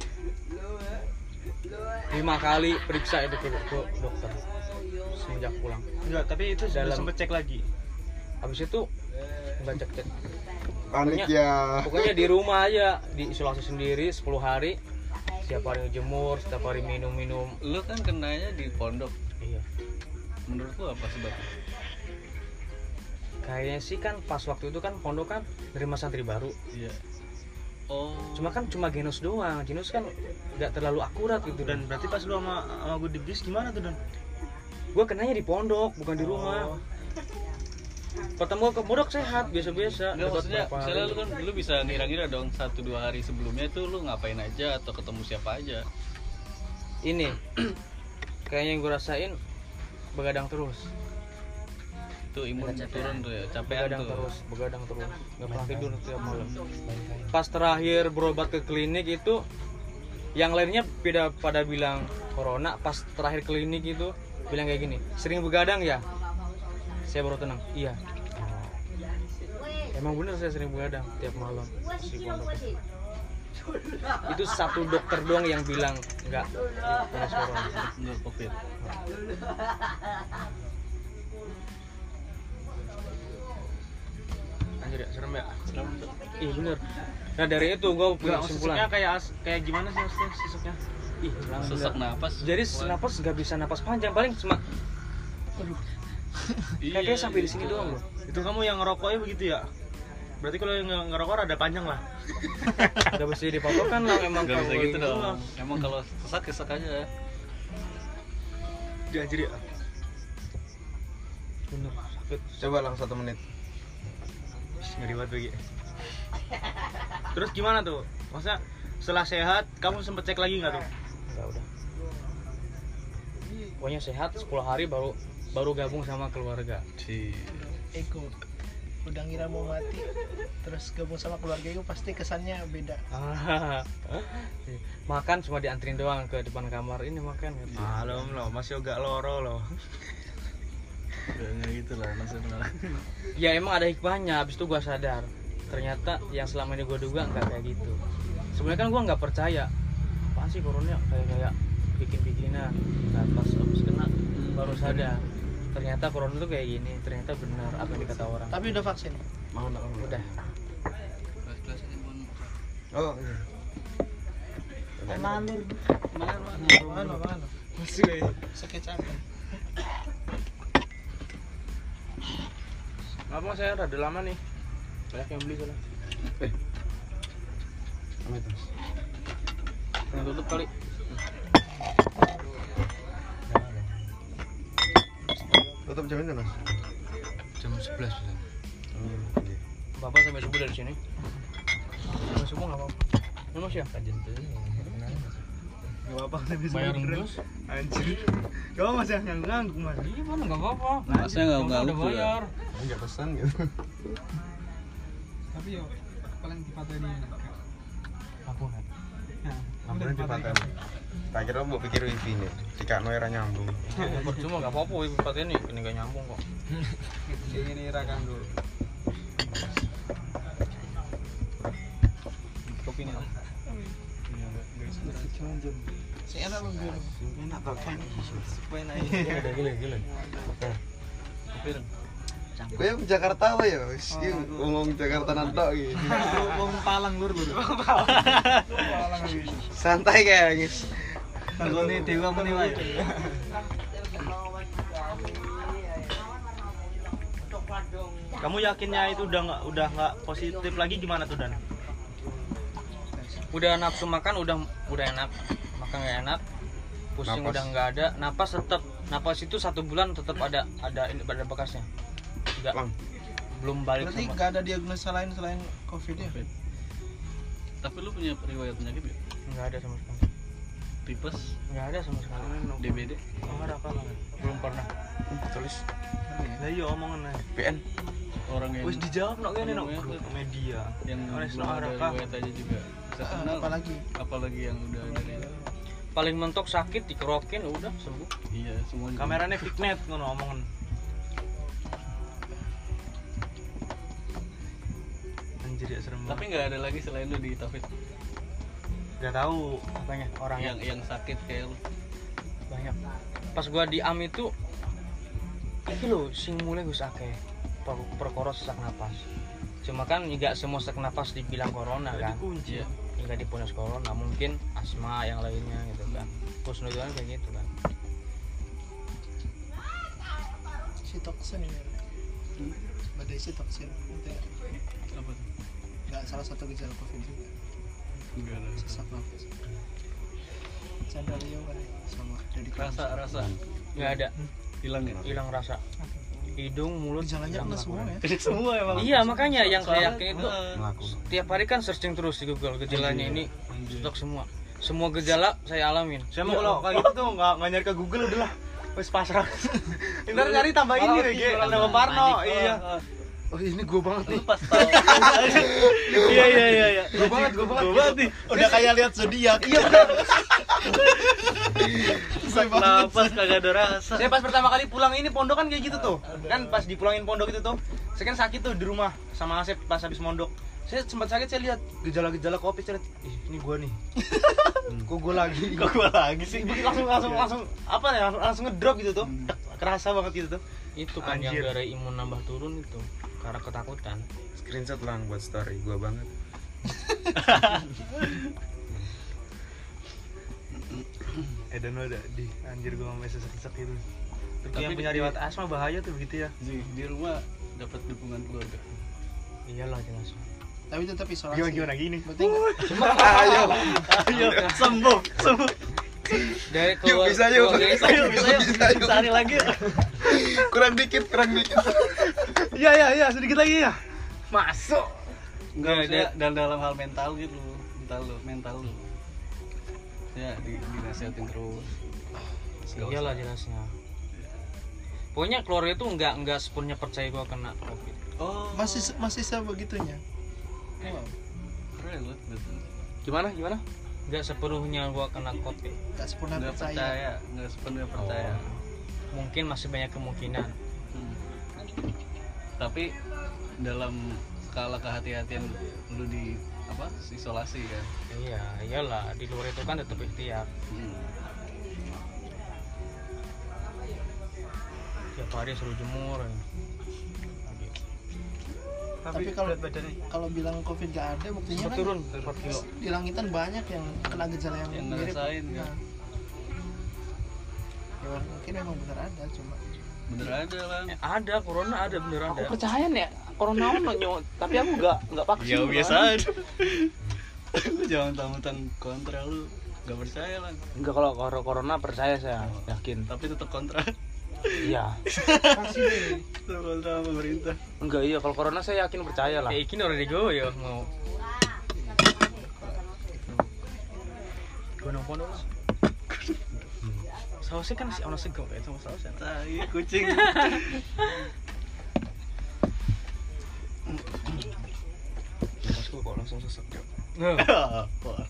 Lima kali periksa itu ke, ke dokter semenjak pulang. Enggak, tapi itu sudah Dalam- sempet cek lagi. Habis itu nggak cek cek. Panik Pokoknya- ya. Pokoknya di rumah aja, diisolasi sendiri sepuluh hari. Setiap hari jemur, setiap hari minum-minum. Lu kan kenanya di pondok. Iya. Menurut lu apa sebabnya? Kayaknya sih kan pas waktu itu kan pondok kan nerima santri baru. Iya. Oh. Cuma kan cuma genus doang. Genus kan nggak terlalu akurat gitu. Dan Dan berarti pas lu sama sama gue di bis gimana tuh Dan? gue kenanya di pondok, bukan di rumah. Pertama ke pondok sehat, biasa-biasa. Enggak, Dapat maksudnya berapa misalnya hari. lu kan lu bisa ngira-ngira dong satu dua hari sebelumnya itu lu ngapain aja atau ketemu siapa aja. Ini kayaknya yang gue rasain begadang terus. Itu imun turun tuh ya, capean Begadang tuh. terus, begadang terus. Nggak pernah tidur tiap malam. Pas terakhir berobat ke klinik itu, yang lainnya pada pada bilang corona. Pas terakhir klinik itu bilang kayak gini, sering begadang ya? Saya baru tenang, iya. Emang bener saya sering begadang tiap malam di pondok. Itu satu dokter doang yang bilang enggak virus corona. Enggak covid. Anjir ya, serem ya. Serem tuh. Ih bener. Nah dari itu gue punya Enggak, kesimpulan. susuknya kayak as- kayak gimana sih maksudnya susuknya? Ih, Sesak napas. Jadi napas nggak bisa napas panjang, paling cuma Iya, kayak sampai di iya. sini doang loh. Itu kamu yang ngerokoknya begitu ya? Berarti kalau yang nge- ngerokok rada panjang lah. Gak bisa dipatokan lah emang Gak bisa kalau gitu ini dong. mah. Emang kalau sesak sesak aja. Dia anjir ya. Bener sakit. Coba lang satu menit. Ngeri banget bagi. Terus gimana tuh? Maksudnya setelah sehat kamu sempet cek lagi nggak tuh? Enggak udah. Pokoknya sehat sepuluh hari baru baru gabung sama keluarga. Si Ego udah ngira mau mati terus gabung sama keluarga itu pasti kesannya beda. Makan cuma dianterin doang ke depan kamar, ini makan gitu. Malum loh, masih agak loro loh. Gak gitu lah maksudnya. Ya emang ada hikmahnya, habis itu gua sadar ternyata yang selama ini gua duga nggak kayak gitu. Sebenarnya kan gua nggak percaya apaan sih corona kayak kayak bikin-bikinan. Nah pas habis kena baru sadar ternyata corona tuh kayak gini, ternyata benar apa yang dikata orang. Tapi udah vaksin. Mau nak kamu? Udah. Oh, iya. Mana mana mana. Masih Sakit apa? Ngapa saya rada lama nih? Banyak yang beli soalnya. Eh. Apa itu? Yang tutup kali. Tutup jam ini, Mas? Jam sebelas sudah. Hmm, iya. Bapak sampai subuh dari sini. Sampai subuh nggak apa-apa. Ini mas ya? Kajian tuh. Gak apa-apa lebih Bayar rebus? Anjir. Gak mas ya yang ganggu mas. Iya mana nggak apa-apa. Masnya nggak Kamu nggak udah bayar. Enggak pesan gitu. Tapi yo paling dipateni. Aku kan. Ambil di paten. Tak kira mau pikir wifi nih. Jika no era nyambung. Percuma nggak apa-apa. Ibu empat ini ini nggak nyambung kok. Ini rakan dulu. Kopi nih. Si enak lu biru. Enak kok kan. Supaya naik. Gila gila gila. kopi dong. Gue yang Jakarta apa ya? Wis iki ngomong Jakarta nantok iki. Wong Palang lur lur. Santai kayak guys. Tanggone dewa muni wae. Kamu yakinnya itu udah nggak udah nggak positif lagi gimana tuh Dan? Udah nafsu makan udah udah enak. Makan nggak enak. Pusing Napas. udah nggak ada. Napas tetap. Napas itu satu bulan tetap ada ada ini ada bekasnya. Enggak. Lang. Belum balik Berarti sama. nggak ada diagnosa lain selain COVID ya? Covid. Tapi lu punya riwayat penyakit gak? Nggak ada sama sekali. Tipes, Nggak ada sama sekali. D B D? Nggak ada apa Belum pernah. Tulis Lah iya omongan aja. P N. Orang yang Wis dijawab nok kene nok Namanya grup tuh. media. yang Wis belum nok ada arah riwayat aja juga bisa Ah, kenal. apalagi Apalagi yang udah dari Paling mentok sakit dikerokin udah sembuh. iya semua juga. Kameranya fitnet ngono omongan. Anjir ya serem Tapi banget. nggak ada lagi selain lu di Tafid Enggak tahu. Apanya orang yang yang sakit kayak lu. banyak. Pas gua di A M itu iki lho sing mulai gus akeh per perkara sesak napas. Cuma kan enggak semua sesak napas dibilang corona kan. Dikunci ya. Enggak diponis corona, mungkin asma yang lainnya gitu kan. Husnudzon kayak gitu kan. sitoksin ini. Hmm? Badai sitoksin. Itu ya. Apa tuh? Nggak salah satu gejala COVID juga. Enggak ada. Sesak nafas. Chandra Leo kan sama dari Rasa rasa Enggak ada, hilang ya. hilang rasa. Hidung, mulut Gejalanya hilang kena semua rasa. ya. Semua emang. Iya, makanya yang saya Soalnya, yakin itu eh, Melaku. tiap hari kan searching terus di Google gejalanya ini stok semua. Semua gejala saya alamin. Saya mau kalau kayak gitu tuh enggak enggak nyari ke Google udah lah. Wis pasrah. Ntar nyari tambah ini lagi, tambah Parno. Iya. Oh ini gue banget Lu nih. pas tahu. Iya iya iya iya. Gue banget, gue banget. Gue banget nih. Udah kayak lihat zodiak. Iya. Sesak napas kagak ada rasa. Saya pas pertama kali pulang ini pondok kan kayak gitu tuh. Kan pas dipulangin pondok itu tuh. Saya kan sakit tuh di rumah sama Asep pas habis mondok. Saya sempat sakit, saya lihat gejala-gejala COVID, saya lihat, ih ini gua nih. Kok gua lagi? Kok gua lagi sih? langsung langsung langsung apa ya? Langsung, langsung ngedrop gitu tuh. Kerasa banget gitu tuh. Itu kan yang Anjir. dari imun nambah turun itu. karena ketakutan. Screenshot lang buat story gua banget. Edan lo ada di anjir gua sampai sesek-sesek gitu. Tapi Tapi yang punya di- riwayat asma bahaya tuh begitu ya. Di, di rumah dapat dukungan keluarga. Iyalah jelas. Tapi tetap isolasi. Gimana gimana gini. Berarti nggak- Ayo. Ayo, sembuh, sembuh. Dari Yuk keluar, bisa yuk. keluarga- Bisa yuk, bisa yuk. Bisa yuk. Sehari lagi. Kurang dikit, kurang dikit. Iya iya iya sedikit lagi ya. Masuk. Enggak, Nggak, maksudnya dalam dalam hal mental gitu, mental lu, mental lu. Ya, di dinasihatin terus. Nggak Iyalah usah. jelasnya. Pokoknya keluarga itu nggak nggak sepenuhnya percaya gua kena covid. Oh, masih masih sebegitunya. Wow. keren loh, betul. Gimana gimana? Nggak sepenuhnya gua kena covid. Gak sempurna Nggak percaya. percaya, nggak sepenuhnya percaya. Mungkin masih banyak kemungkinan. Hmm. Tapi dalam skala kehati-hatian lu di apa isolasi kan. Iya, iyalah di luar itu kan tetap ikhtiar. Hmm. Tiap hari suruh jemur. Tapi kalau kalau bilang covid gak ada, buktinya Sempat kan turun empat kilo. di langitan banyak yang kena gejala yang, Yang mirip. ngerasain, kan? Nah. Ya mungkin memang benar ada, cuma Bener ada lah. Eh, ada corona ada bener ada. percaya nih corona ono nyo, tapi aku enggak enggak vaksin. Ya biasa aja. Lu jangan tamutan kontra lu. Gak percaya lah. Enggak, kalau kalau corona percaya saya, yakin. Tapi tetap kontra. Iya. Tetap kontra sama pemerintah. Enggak, iya kalau corona saya yakin percaya lah. Eh, ini orang digo ya mau. Gunung pondok lah. Sausnya kan si ono sego kayak sama sausnya. Tai kucing. Masku kok langsung sesek. Apa?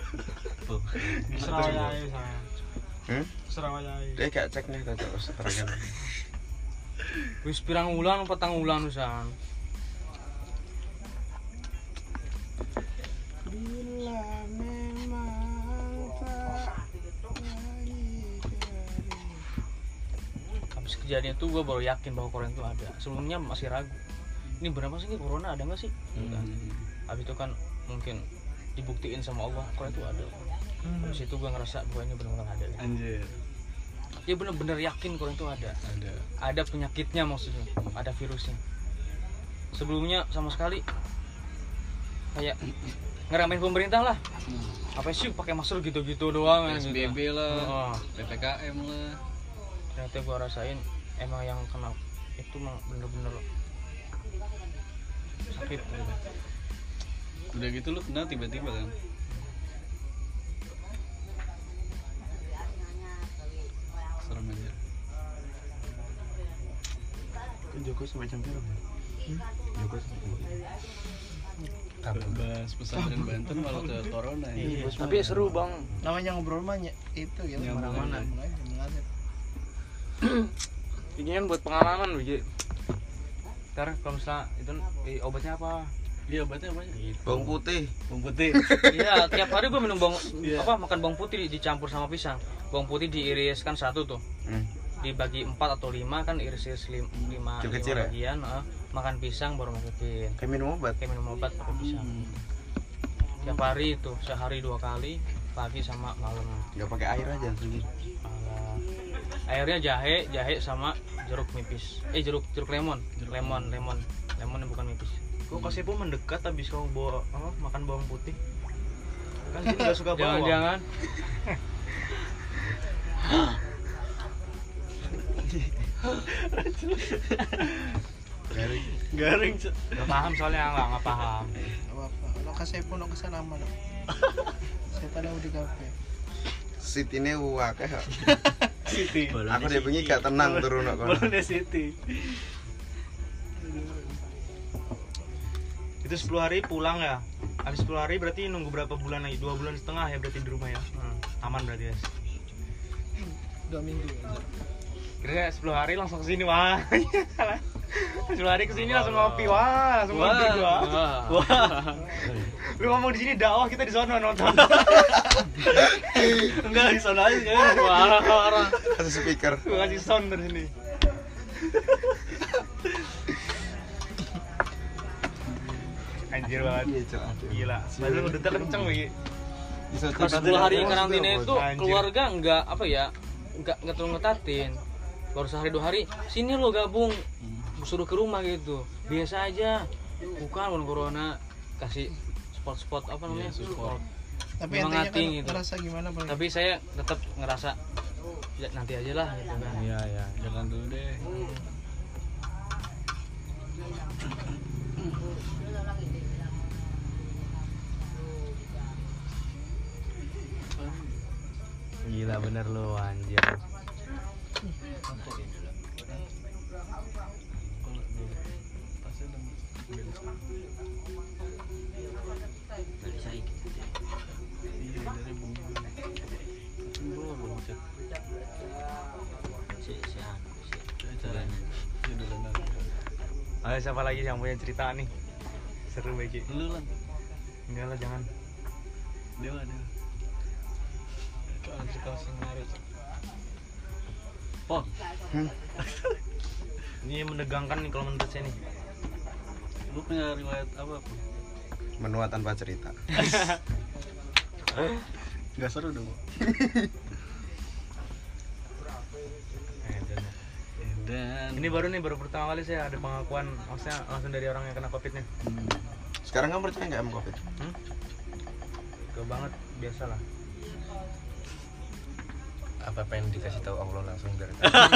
Seraya bisa. Hmm? Seraya. Dia kayak cek nih tadi terus terang. Wis pirang wulan petang wulan usan. Bila memang tak Habis kejadian itu gue baru yakin bahwa corona itu ada. Sebelumnya masih ragu. Ini berapa sih ini corona ada nggak sih? Kan. Habis itu kan mungkin dibuktiin sama Allah corona itu ada. Habis itu gue ngerasa bahwa ini benar-benar ada. Anjir. Ya benar-benar yakin corona itu ada. Ada. Ada penyakitnya maksudnya, ada virusnya. Sebelumnya sama sekali kayak ngeramein pemerintah lah. Apa sih pakai masker gitu-gitu doang P S B B gitu. lah, Oh. P P K M lah. Ternyata gue rasain emang yang kena itu emang bener-bener sakit gitu. Udah gitu lu kena tiba-tiba kan. Serem aja. Joko sampai jam berapa? Joko sampai Bahas pesantren Banten malah ke corona ya. Iya, tapi seru bang. namanya ngobrol mah ny- itu gitu Nyambung mana-mana. aja. Mulai mengalir. Ini kan buat pengalaman loh, Ji. Ntar kalau misalnya itu eh, obatnya apa? Iya obatnya apa ya? Bawang putih. Bawang putih. Iya, tiap hari gue minum bawang Iya. apa makan bawang putih dicampur sama pisang. Bawang putih diiris kan satu tuh. Hmm. Dibagi empat atau lima kan iris-iris lim, lima, Kecil-kecil lima ya? bagian, heeh. Makan pisang baru masukin. Kayak minum obat. Kayak minum obat pakai pisang. Hmm. Tiap hari itu sehari dua kali, pagi sama malam. Enggak pakai air aja langsung gitu. Alah. Airnya jahe, jahe sama jeruk nipis. Eh jeruk jeruk lemon, lemon, lemon, lemon yang bukan nipis. Kok kasih pun mendekat habis kamu bawa apa, makan bawang putih. Kan dia enggak suka bawang. Jangan-jangan. Garing. Garing. Cok. Nggak paham soalnya nggak nggak paham. Gak apa-apa. Lo kasih pun lo kesana aman. lo. Saya tadi udah kafe. Sitine wakeh. City. Aku dia bengi gak tenang turun kok. Boleh City. Itu sepuluh hari pulang ya. Habis sepuluh hari berarti nunggu berapa bulan lagi? dua bulan setengah ya berarti di rumah ya. Hmm. Aman berarti ya. Dua minggu aja. Kira sepuluh hari langsung kesini wah. sepuluh hari kesini langsung ngopi wah, langsung Wah. ngopi gua. Wah. Wah. Lu ngomong di sini dakwah, kita di sana nonton. Enggak di sana aja. Parah, parah. Kasih speaker. Gua kasih sound dari sini. Anjir banget. Iya, Cok. Gila. Padahal ngedutnya kenceng lagi. Bisa Pas cek sepuluh hari dari karantina pos, itu Bos. Anjir. keluarga nggak apa ya, nggak nggak terlalu ngetatin. Baru sehari dua hari, sini lo gabung, suruh ke rumah gitu. Biasa aja, bukan bukan corona, kasih spot-spot apa namanya, Iya, support. Tapi Memang entinya kan hati gitu. ngerasa gimana bang? Tapi saya tetap ngerasa ya, nanti aja lah gitu kan. Iya, iya. Jangan dulu deh. Gila bener lu anjir. Ayo siapa lagi yang punya cerita nih? Seru Beki. Lu lah. Enggak lah jangan. Dia mah dia. Oh, Ini menegangkan nih kalau menurut saya nih. lu punya riwayat apa? Po? Menua tanpa cerita. Nggak seru dong. Dan Ini baru nih baru pertama kali saya ada pengakuan, maksudnya langsung dari orang yang kena covid nih. hmm, Sekarang kamu percaya nggak sama covid? Hmm? Ke banget biasa lah. Apa pengen dikasih tahu Allah langsung biar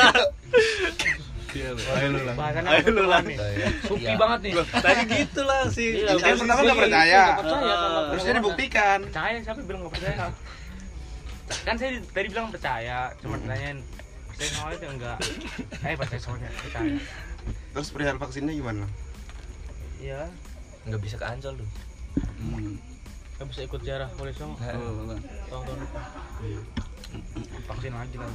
iya lu. Ayo lu lah. Bahasannya Ayo lu lah. nih. Supi Iya. banget nih. Tadi gitu lah sih. Iya, Yang pertama nggak percaya. Nggak percaya sama Ah, Terus dia corona. dibuktikan. Percaya siapa bilang nggak percaya? Kan saya tadi bilang percaya, cuma tanyain percaya sama itu enggak. Eh percaya soalnya percaya. Terus perihal vaksinnya gimana? Iya, nggak bisa ke Ancol lu. Hmm. Nggak bisa ikut jarah polisi sama Nah, Oh, lah. tahun-tahun depan. vaksin aja lah.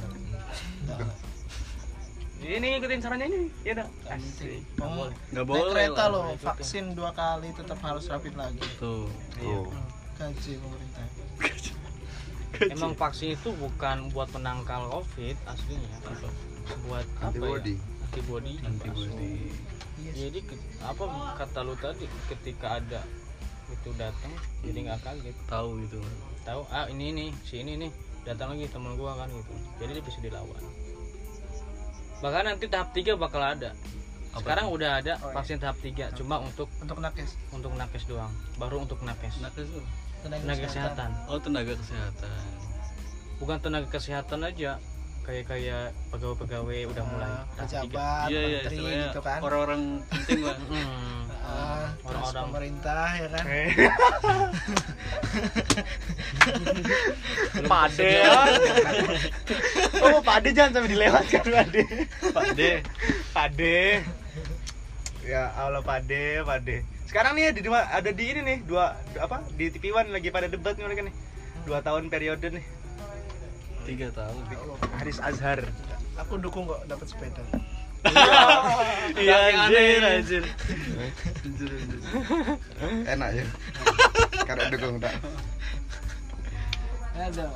Ini ikutin sarannya ini, ya dah. Asik. Nggak boleh. Nggak Naik boleh kereta lah. loh, vaksin dua kali tetap harus rapid lagi. Tuh. Oh. Gaji pemerintah. Emang vaksin itu bukan buat penangkal covid aslinya, buat apa Antibody. ya? Antibody. Antibody. Jadi ke- apa kata lu tadi ketika ada itu datang jadi nggak kaget, Tahu gitu. tahu ah ini nih si ini nih datang lagi temen gua kan gitu, jadi dia bisa dilawan. Bahkan nanti tahap tiga bakal ada. Sekarang udah ada Oh, iya. vaksin tahap tiga, cuma untuk Untuk nakes, untuk nakes doang, baru untuk nakes, Nakes tuh. tenaga kesehatan. Oh, tenaga kesehatan. Bukan tenaga kesehatan aja, kayak kayak pegawai-pegawai udah mulai Ah, tahap tiga. pejabat, Iya, iya, menteri istilahnya gitu kan. orang-orang penting lah. Hmm. Ah, terus Orang-orang. pemerintah ya kan. Pade ya. Oh, pade jangan sampai dilewatkan pade. Pade. Pade. Ya Allah pade, pade. Sekarang nih di dua ada di ini nih, dua apa? Di T V One lagi pada debat nih mereka nih. Dua tahun periode nih. Tiga tahun. Haris Azhar. Aku dukung kok dapat sepeda. Iya, anjir, aneh. anjir. Anjir, anjir. Enak ya. Karena dukung tak. Ada.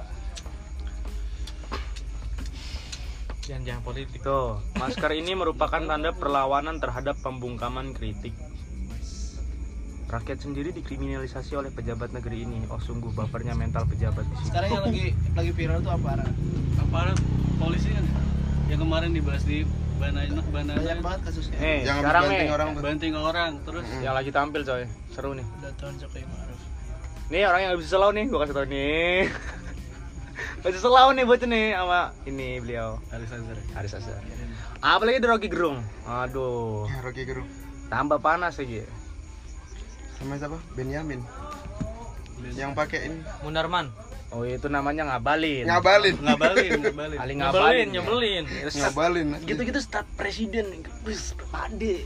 Jangan-jangan politik. Tuh, masker ini merupakan tanda perlawanan terhadap pembungkaman kritik. Rakyat sendiri dikriminalisasi oleh pejabat negeri ini. Oh sungguh bapernya mental pejabat di sini. Sekarang yang lagi lagi viral tuh apa? Aparat polisi kan yang kemarin dibahas di Banana Banana Banyak banget kasusnya. Eh, Jangan sekarang banting nih orang. banting orang terus yang lagi tampil coy, seru nih. Udah tahun Jokowi Ma'ruf. Nih orang yang bisa selau nih, gua kasih tau nih. Bisa selau nih bocah nih sama ini beliau. Haris Azhar. Haris Azhar. Apalagi ada Rocky Gerung. Aduh, Ya, Rocky Gerung. tambah panas lagi. Sama siapa? Benyamin. Yang pakai ini. Munarman. Oh itu namanya ngabalin. Ngabalin. Ngabalin, ngabalin. Ali Nyebelin, ngabalin. nyebelin. Ngabalin. Gitu-gitu staf presiden. Wis pade.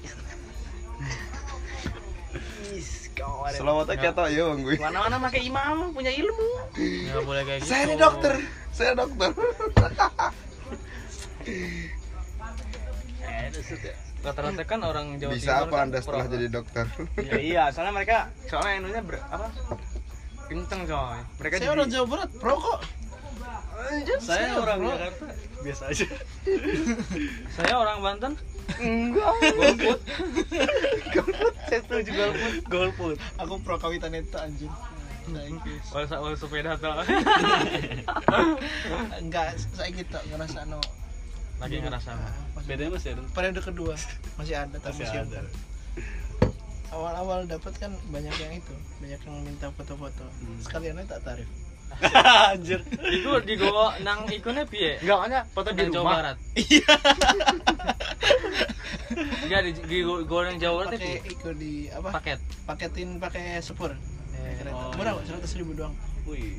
Is kawan. Selawatnya ketok ya bang gue. Mana-mana pakai imam punya ilmu. Nggak boleh kayak gitu. Saya ini dokter. Saya dokter. Rata-rata kan orang Jawa Bisa Timur apa kan anda setelah pro- jadi dokter? Ya, iya, soalnya mereka soalnya Indonesia ber, apa? Kenceng coy. Mereka Saya jadi orang Jawa Barat, pro kok. Saya orang Jakarta biasa aja. Saya orang Banten, Enggak. Golput. Golput. Saya setuju golput. Golput. Aku pro kawitan itu anjing. Wal wal sepeda tuh. Enggak, saya gitu ngerasa no. Lagi ngerasa. Bedanya masih ada. Periode kedua masih ada tapi Masih masih ada. Awal-awal dapat kan banyak yang itu, banyak yang minta foto-foto. Hmm. Sekalian aja tak tarif. Anjir. Iku digowo nang ikune piye? Enggak, makanya foto di Nang Jawa rumah. Barat. Iya. Enggak di di go nang Jawa Barat Pakai piye? ikut di apa? Paket. Paketin pakai sepur. Kereta. Oh, Murah iya. kok, seratus ribu doang. Wih.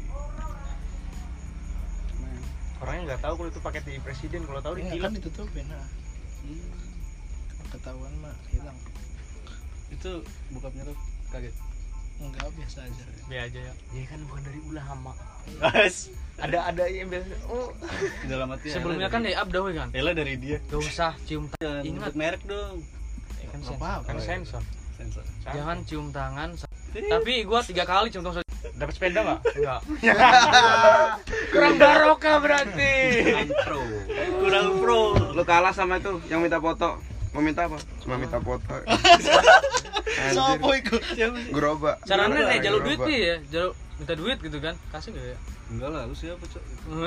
Orangnya nggak tahu kalau itu paket di presiden, kalau tahu Enggak ditilang. kan ditutupin nah. Hmm. Ketahuan mah hilang. Itu bokapnya tuh kaget. Enggak, biasa aja. Biar aja ya. Ya kan bukan dari ulama. Guys, Ada ada yang biasa. Oh, dalam hati Sebelumnya kan di up dah kan. Ella dari dia. Gak usah cium tangan. Ingat Ingat merek dong. ya kan Nggak sensor. apa-apa. kan sensor. Sensor. Jangan cium tangan. Tapi gua tiga kali cium tangan. Dapat sepeda nggak? Enggak. Kurang barokah berarti. Kurang pro. Kurang pro. Lu kalah sama itu yang minta foto. Mau minta apa? Cuma minta foto. Sopo iku? Gerobak. Caranya nih jalur duit Gerobak. nih ya. Jalur minta duit gitu kan. Kasih gak ya? Enggak lah, lu siapa, Cok?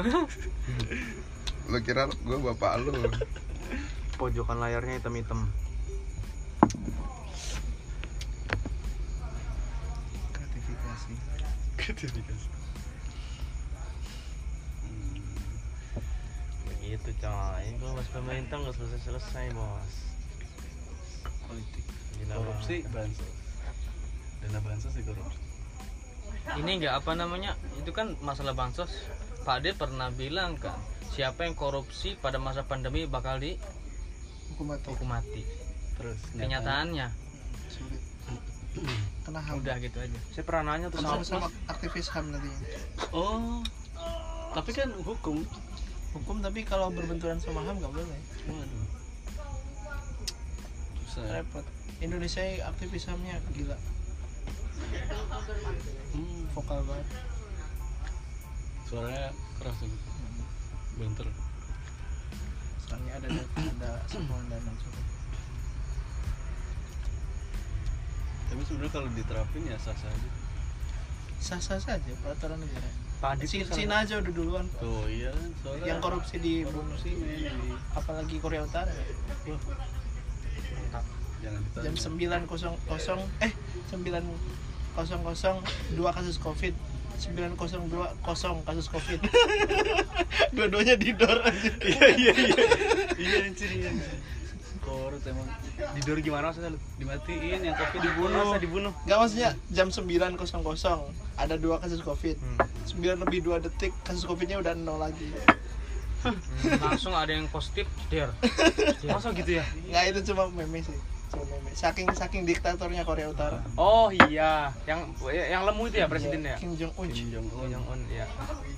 Lu kira gua bapak lu. Pojokan layarnya hitam-hitam. Gratifikasi. Gratifikasi. Begitu coy. Kalau bos pemerintah nggak selesai-selesai bos. Politik. Gila, Korupsi, bansos. Dana bansos di korupsi. Ini enggak apa namanya? Itu kan masalah bansos. Pak De pernah bilang kan, siapa yang korupsi pada masa pandemi bakal di Hukum mati. hukum mati. Terus Kenyataannya Sulit. Kena H A M. udah gitu aja. Saya pernah nanya tuh sama Sama sama aktivis H A M nantinya. Oh. Tapi kan hukum. Hukum tapi kalau berbenturan sama H A M nggak boleh. Waduh. Susah. ya? Repot. Indonesia aktivis H A M-nya gila, Hmm. vokal banget. Suaranya keras tuh. Banter. Soalnya ada ada sambungan dan langsung. Tapi sebenarnya kalau diterapin ya sah-sah aja. Sah-sah saja peraturan negara. Pak Adit Si- tuh salah- Cina aja udah duluan kok. Oh iya, soalnya Yang korupsi dibunuh sih, apalagi Korea Utara. jangan ditanya. Jam sembilan eh sembilan dua kasus Covid, sembilan nol dua kasus Covid. Dua-duanya di dor aja. Iya iya iya. Iya anjir iya. Korut emang Didor gimana maksudnya lu? dimatiin yang kopi dibunuh. Masa dibunuh? Enggak, maksudnya jam sembilan ada dua kasus Covid. sembilan lebih dua detik kasus Covidnya udah nol lagi. Langsung ada yang positif, der. Masa gitu ya? Nggak, itu cuma meme sih. Cuma meme. Saking saking diktatornya Korea Utara. Oh iya, yang yang lemu itu ya presidennya. Kim Jong Un. Kim Jong Kim Un. Jong Un ya.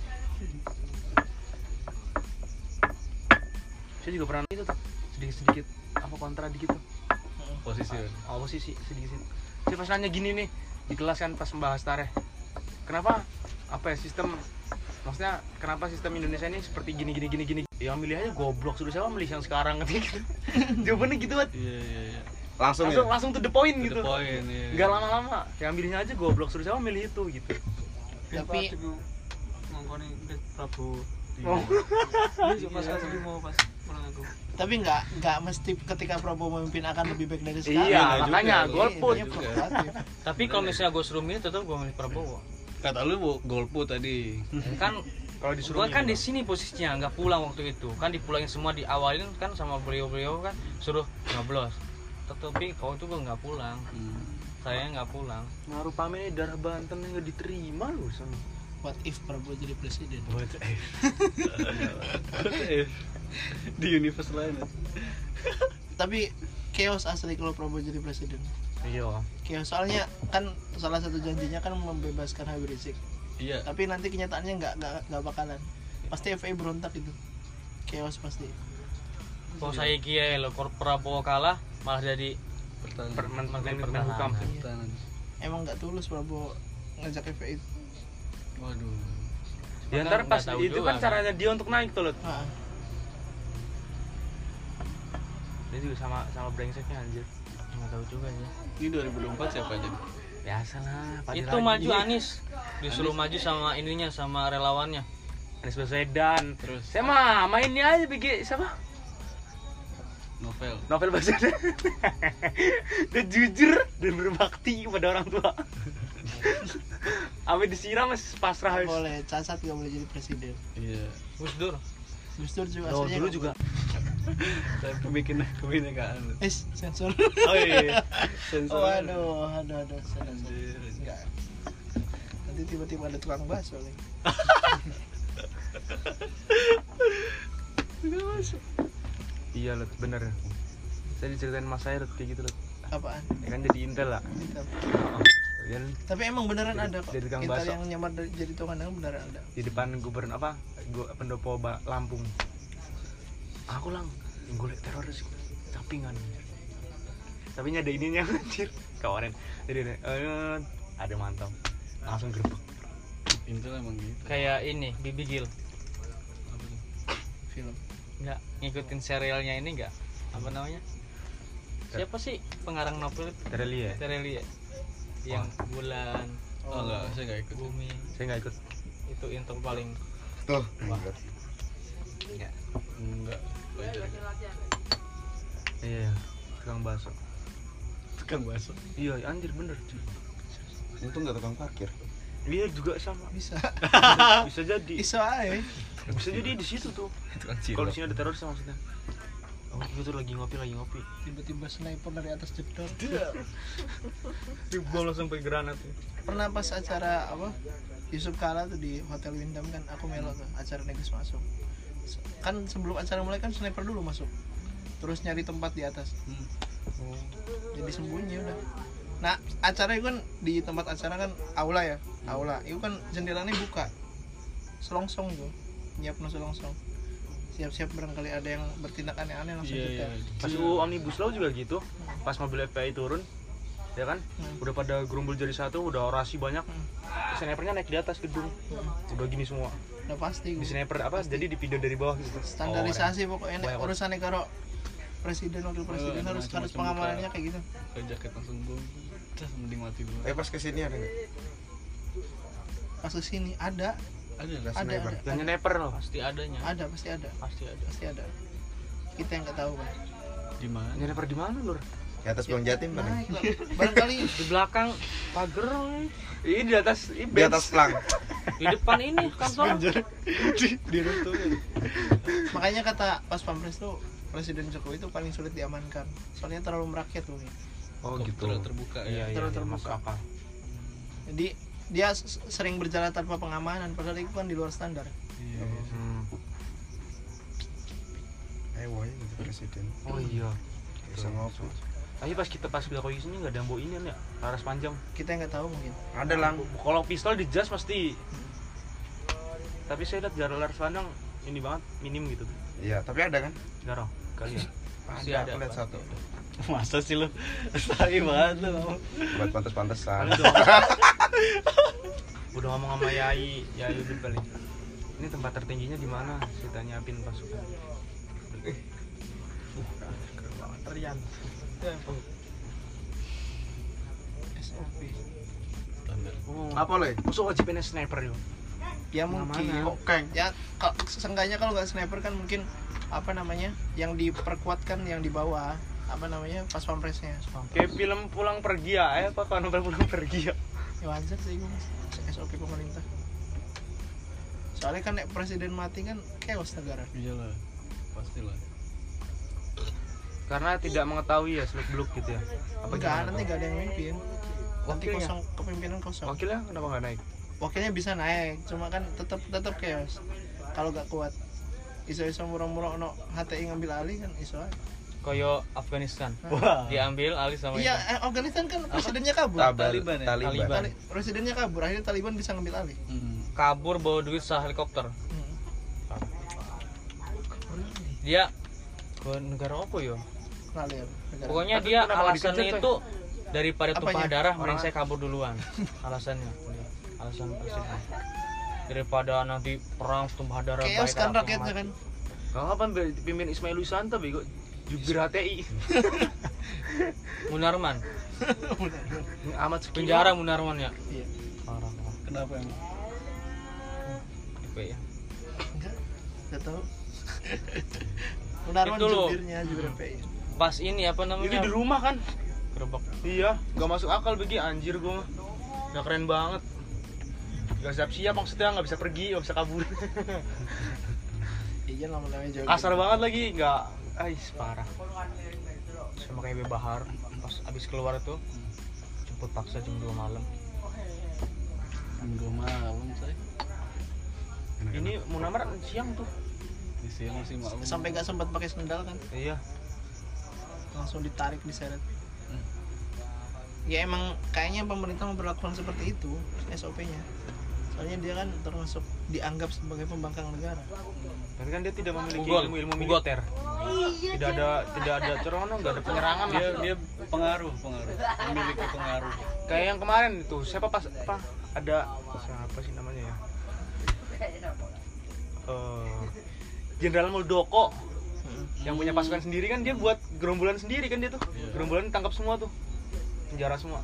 Saya juga pernah itu tuh sedikit-sedikit apa kontra dikit tuh. Posisi. ya. Oposisi sedikit. Saya pas nanya gini nih di kelas kan pas membahas tareh. Kenapa apa ya sistem maksudnya kenapa sistem Indonesia ini seperti gini gini gini gini? Ya milih aja goblok, suruh siapa milih yang sekarang gitu. Jawabannya gitu banget. Iya iya iya. Langsung, Langsung ya? langsung to the point To gitu. the point, iya. Enggak lama-lama. Yang milihnya aja goblok, suruh siapa milih itu gitu. Tapi ngongkoni Prabowo. Oh. Pas asli mau pas pulang aku. tapi nggak nggak mesti ketika Prabowo memimpin akan lebih baik dari sekarang. Iya, juga. makanya Iya, golput. Iya, provokatif. Tapi kalau misalnya gue suruh milih tetap gue milih Prabowo. Kata lu mau golput tadi. Kan Kalau disuruh gue kan di sini posisinya nggak pulang waktu itu. Kan dipulangin semua diawalin kan sama beliau-beliau kan suruh nyoblos. Tetapi kau itu gue nggak pulang. Hmm. Saya nggak pulang. Ngaruh pamer nih darah Banten yang nggak diterima loh sama. What if Prabowo jadi presiden? What if? What if? Di universe lain. ya? Tapi chaos asli kalau Prabowo jadi presiden. Iya. Chaos, soalnya kan salah satu janjinya kan membebaskan Habib Rizik. Iya. Tapi nanti kenyataannya nggak nggak nggak bakalan. Pasti F A I berontak itu. Chaos pasti. Kalau saya kia lo kalau Prabowo kalah malah jadi Pertahanan. Per- men- Menteri men- Pertahanan. Menhukam. Pertahanan. Emang nggak tulus Prabowo ngajak F A I. Waduh. Di antara pas Nggak tahu itu juga, kan caranya dia untuk naik tuh loh. Ah, Dia juga sama sama brengseknya anjir. Nggak tahu juga sih. Ini dua ribu dua puluh empat siapa aja? Biasa lah. Itu Itu lagi. maju Anies. Disuruh maju sama ininya sama relawannya. Anies Baswedan. Terus Saya mah mainnya aja bikin siapa? novel. Novel Baswedan. Dia jujur dan berbakti kepada orang tua. Sampai disiram mas pasrah. Nggak boleh, cacat gak boleh jadi presiden. Iya. Gus Dur. Gus Dur juga Oh, aslinya dulu nggak juga. Saya kebikin kebinekaan. boleh. Eh, sensor. Oh iya. Sensor. Oh, aduh, aduh, aduh, sensor. Anjir. Enggak. Nanti tiba-tiba ada tukang bakso nih. Iya Lut, bener. Saya diceritain mas saya Lut, kayak gitu Lut. Apaan? Ya kan jadi intel lah. Intel. Dan Tapi emang beneran Jadi- ada kok. jadi tukang Intel bakso. yang nyamar dari- jadi tukang dagang beneran ada. di depan gubernur apa? Gu- pendopo Ba- Lampung. Aku lang, yang golek teroris capingan. Tapi ini ada ininya anjir. Kawarin. Jadi ada, eh, ada mantap. Langsung gerbek. Intel emang gitu. Kayak ini Bibi Gil. Apa tuh? Film. Nggak ngikutin serialnya ini nggak? Apa namanya? Siapa sih pengarang novel itu? Tereli ya? Tereli ya? Yang bulan, Oh, enggak, saya enggak ikut. bumi Saya nggak ikut. itu intro paling Tuh. enggak. Enggak. Belajar. Iya, tukang bakso. Tukang bakso. Iya, anjir bener. Itu nggak tukang parkir. Iya juga sama. Bisa. Bisa jadi. Iso aja. Bisa jadi di situ tuh. Tukang Kalau di sini ada teroris maksudnya. Oh, itu tuh lagi ngopi, lagi ngopi. Tiba-tiba sniper dari atas jedor. Dibom langsung pakai granat. Pernah pas acara apa? Yusuf Kala tuh di Hotel Windham kan aku melo tuh acara Negus masuk. Kan sebelum acara mulai kan sniper dulu masuk. Terus nyari tempat di atas. Hmm. Jadi sembunyi udah. Nah, acara itu kan di tempat acara kan aula ya. Aula. Itu kan jendelanya buka. Selongsong tuh. Nyiapno selongsong. Siap-siap barangkali ada yang bertindak aneh-aneh langsung Iya, kita. iya. Pas U U Omnibus Law juga gitu. Pas mobil F P I turun, ya kan? Hmm. Udah pada gerumbul jadi satu, udah orasi banyak. Hmm. Snipernya naik di atas gedung. Udah gini semua. Udah pasti Di gua. sniper apa? Jadi di video dari bawah gitu. Standarisasi pokoknya nek Banyak. urusannya karo presiden wakil presiden Eh, harus macam-macam harus pengamanannya kayak gitu. Pakai jaket langsung bom. Terus mending mati dulu. Eh pas kesini ada nggak? Pas kesini ada, Ada Ada ada, sniper. ada, Yang sniper loh. Pasti adanya. ada, pasti ada, Pasti ada. pasti ada. Kita yang nggak tahu kan. di mana? Yang sniper di mana, Lur? Di atas Bang Jatim Nah, paling. itu lah. barangkali Di belakang pagar, Ini di atas ini Di atas plang. di depan ini kantor. makanya kata pas pampres tuh Presiden Jokowi itu paling sulit diamankan. Soalnya terlalu merakyat tuh. Oh gitu. Terlalu terbuka Iya, ya. iya, Terlalu iya, terbuka. masuk akal. Jadi dia s- sering berjalan tanpa pengamanan padahal itu kan di luar standar. Iya. Hmm. Eh wah ini presiden. Oh iya. Bisa ngopi. Tapi pas kita pas kita koi sini nggak ada yang bawa ini ya, laras panjang. Kita yang nggak tahu mungkin. Ada lang. Kalau pistol di jas pasti. Tapi saya lihat jarak laras panjang ini banget, minim gitu tuh. Iya tapi ada kan? Jarang kali ya. Pasti Ada. ada, Aku lihat Pak. satu. Masa sih lu? Tai banget lu. Buat pantas-pantesan. Udah, udah ngomong sama Yai, Yai udah balik. Ini tempat tertingginya di mana? Kita nyiapin pasukan. Terian. S O P. Standar. Oh. Apa le? Musuh wajib ini sniper yo. Ya mungkin. Pengamanan. Kok keng? Ya kalau seenggaknya kalau nggak sniper kan mungkin apa namanya yang diperkuatkan yang di bawah apa namanya pas pampresnya. Kayak film pulang pergi ya, eh apa kan novel pulang pergi ya. Ya wajar sih gue mas. S O P pemerintah. Soalnya kan nek presiden mati kan chaos negara. Iyalah. Pastilah. Karena tidak mengetahui ya seluk beluk gitu ya. Apa Enggak, gimana? nanti nggak ada yang mimpin. Nanti Wakilnya? kosong kepemimpinan kosong. Wakilnya kenapa nggak naik? Wakilnya bisa naik, cuma kan tetap tetap chaos. Kalau nggak kuat, iso-iso murah-murah no H T I ngambil alih kan iso aja. Koyo Afghanistan. Wah. Diambil alih sama Iya, eh, Afghanistan kan presidennya kabur. Tabal- Taliban ya? Taliban. Taliban. Tali- presidennya kabur, akhirnya Taliban bisa ngambil alih. Hmm. kabur bawa duit sah helikopter. Hmm. Dia ke negara apa yo? Lali ya, negara. Pokoknya Tapi dia kenapa alasannya dikejar, itu daripada tumpah Apanya? darah mending Orang- saya kabur duluan. Alasannya. Alasan presiden. Daripada nanti perang tumpah darah Chaos baik kan aku rakyatnya mati. kan. Gak kapan pimpin Ismail Wisanta bego Jubir H T I. Munarman. Amat sekilo. Penjara Munarman ya. Iya. Parah. parah. Kenapa emang? D P ya. Enggak, enggak tahu. Munarman Itu loh. jubirnya jubir M P I. Pas ini apa Ini namanya? di rumah kan? Gerobak. Iya, gak masuk akal begi anjir gua mah. Gak keren banget. Gak siap-siap maksudnya, gak bisa pergi, gak bisa kabur. Iya lama-lamanya jauh. Kasar banget lagi, gak ais parah. Sama kayak Bebahar pas abis keluar tuh jemput paksa jam dua malam. Jam dua malam saya. Ini Munamar siang tuh. Di siang masih malam. Sampai nggak sempat pakai sendal kan, Iya. langsung ditarik diseret. Ya emang kayaknya pemerintah memperlakukan seperti itu S O P-nya. Soalnya dia kan termasuk dianggap sebagai pembangkang negara. Tapi kan dia tidak memiliki Bugol, ilmu-ilmu Bugoter. militer. Tidak ada tidak ada cerono, nggak ada penyerangan Dia lah. dia pengaruh, pengaruh. Memiliki pengaruh. Kayak yang kemarin itu siapa pas apa ada siapa sih namanya ya? Eh, Jenderal Muldoko yang punya pasukan sendiri kan dia buat gerombolan sendiri kan dia tuh. Gerombolan ditangkap semua tuh. Penjara semua.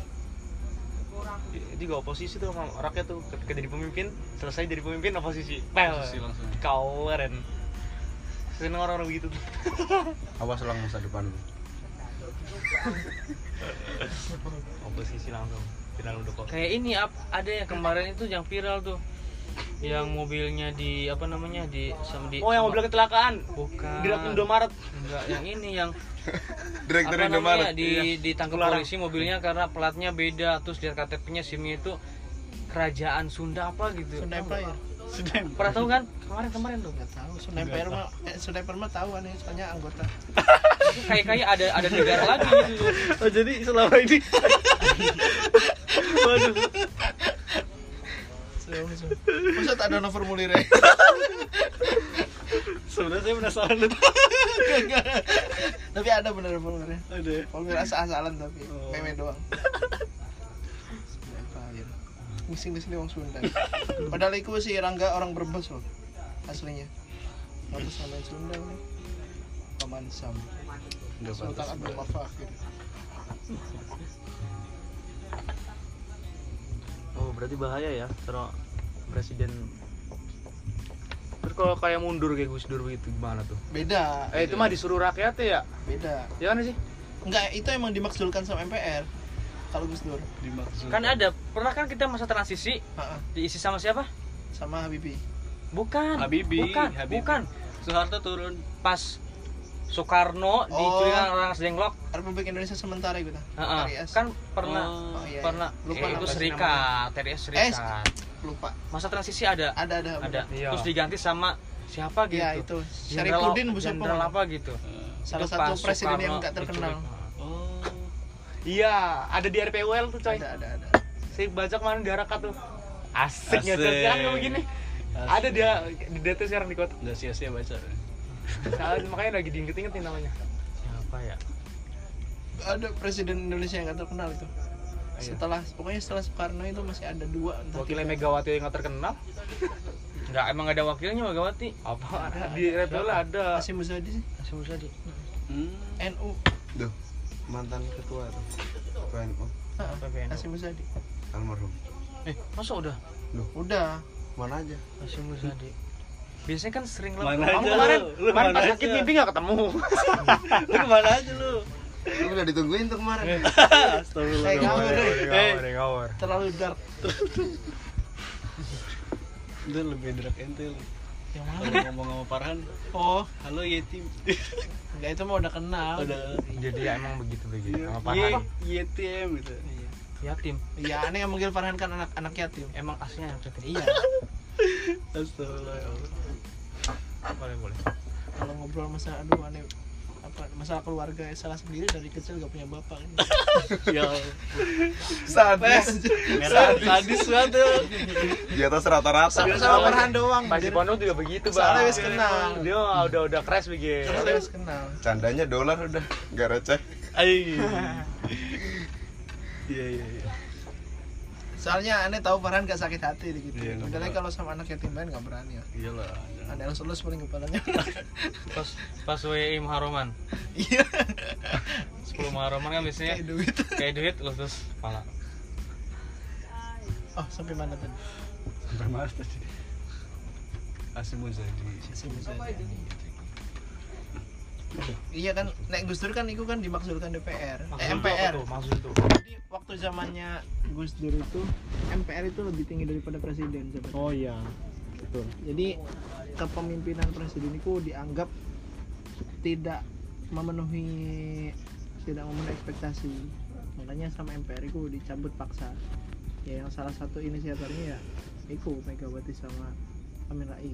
Dia juga oposisi tuh sama rakyat tuh. Ketika jadi pemimpin, selesai jadi pemimpin oposisi. Pel. Oposisi langsung. Keren. Seneng orang-orang begitu tuh. Awas lang masa depan lu. Oposisi langsung. Jenderal Muldoko. Kayak ini ap, ada yang kemarin itu yang viral tuh. Yang mobilnya di apa namanya di sama di Oh, yang sama- mobil kecelakaan. bukan. Di Indomaret. Enggak, yang ini yang Direktur apa namanya Indomaret. di ditangkap Terlarang. polisi mobilnya karena platnya beda, terus lihat K T P-nya SIM-nya itu kerajaan Sunda apa gitu. Sunda Empire. Sudah. Pernah tahu kan? Kemarin-kemarin tuh. Nggak tahu. Sunda Empire mah, eh, Sunda Empire mah tahu aneh, soalnya anggota. Kayak kayak ada ada negara lagi gitu. Oh jadi selama ini. Waduh. Masa tak ada no formulirnya? Sebenarnya saya penasaran tuh. Tapi ada bener formulirnya. Ada. ya? Formulir asal-asalan tapi Oh. meme doang. Sunda Empire. Ngising di sini orang Sunda. Padahal itu si Rangga orang Brebes loh aslinya. Terus namanya Sunda nih. Paman Sam. Enggak Sultan pantas. Abdul Mafakir. Oh, berarti bahaya ya kalau presiden. Terus kalau kayak mundur kayak Gus Dur begitu gimana tuh? Beda. Eh itu mah disuruh rakyat ya? Beda. Ya kan sih? Enggak, itu emang dimaksudkan sama M P R. Kalau Gus Dur. Dimaksud. Kan ada, pernah kan kita masa transisi Heeh. diisi sama siapa? Sama Habibie. Bukan. Habibie, Bukan, Habibie. bukan. Soeharto turun. Pas Soekarno Oh. diculikan orang sejenglok. Republik Indonesia Sementara gitu. Heeh. R I S. Kan pernah Oh, Oh, iya, pernah iya. Lupa eh, itu nama sih serikat, R I S serikat. Lupa. Masa transisi ada Ada ada. ada. Iya. Terus diganti sama siapa gitu. Iya, itu. Jenderal- Syarifudin Busopong. Jenderal apa gitu. Salah Itu satu pas presiden yang Soekarno nggak terkenal. diculik. Oh. Iya, ada di R P U L tuh coy. Ada ada ada. Saya baca kemarin di Harakat tuh. Asik ya Asik. sekarang kayak begini. Asik. Ada dia di data sekarang di kota. Enggak sia-sia baca. Salah, makanya lagi diinget-ingetin namanya. Siapa ya? Ada presiden Indonesia yang nggak terkenal itu. Iya. Setelah pokoknya setelah Soekarno itu masih ada dua. entah Wakilnya tiga. Megawati yang nggak terkenal. Enggak, emang ada wakilnya Megawati. Apa? Di R P U L ada. Hasyim Muzadi sih. Hasyim Muzadi. Hmm. N U. Duh, mantan ketua tuh. Ketua N U, Heeh, P P N U. Hasyim Muzadi. almarhum. Eh, masa udah? Udah. Mana aja? Hasyim Muzadi. Biasanya kan sering lah. Mana Kamu aja kemarin, lu? Lu kemarin mana pas sakit aja? mimpi nggak ketemu. Lu kemana aja lu? Lu udah ditungguin tuh kemarin. Astagfirullah. Eh, ngawur, Eh, ngawur. Terlalu dark. Udah lebih drag ente lu. Yang Kalau mana? ngomong sama Farhan, Oh, halo Yetim. enggak itu mah udah kenal. Udah. Jadi ya emang begitu begitu. Sama Ye, Farhan. Yetim gitu. Yatim. Iya, aneh yang manggil Farhan kan anak anak yatim. Emang aslinya anak yatim. Iya. Astagfirullah ya Allah. Boleh, boleh. Kalau ngobrol masalah aduh aneh apa masalah keluarga salah sendiri dari kecil gak punya bapak kan. Ya. Sadis. Sadis banget tuh. Di atas rata-rata. Sama sama Farhan doang. Pas di pondok juga begitu, Bang. Soalnya wis kenal. Dia udah udah crash begitu. Soalnya wis kenal. Candanya dolar udah, gak receh. Ay. Iya iya iya. Soalnya aneh tahu Farhan gak sakit hati gitu. Iya, nggak Padahal bakal. kalau sama anak yatim piatu nggak berani ya. Iyalah. jangan. Ada elus-elus paling kepalanya. Pas pas W I Muharraman. Iya. sepuluh Muharraman kan biasanya Kayak duit. kayak duit lu terus kepala. Oh, sampai mana tadi? Sampai mas tadi. Asim Muzadi. Masih bisa. Iya kan, nek Gus Dur kan itu kan dimaksudkan D P R, eh, M P R. Maksud itu. Jadi waktu zamannya Gus Dur itu M P R itu lebih tinggi daripada presiden sebenarnya. Oh iya. Betul. Jadi kepemimpinan presiden itu dianggap tidak memenuhi tidak memenuhi ekspektasi. Makanya sama M P R itu dicabut paksa. Ya yang salah satu inisiatornya ya itu Megawati sama Amin Rais.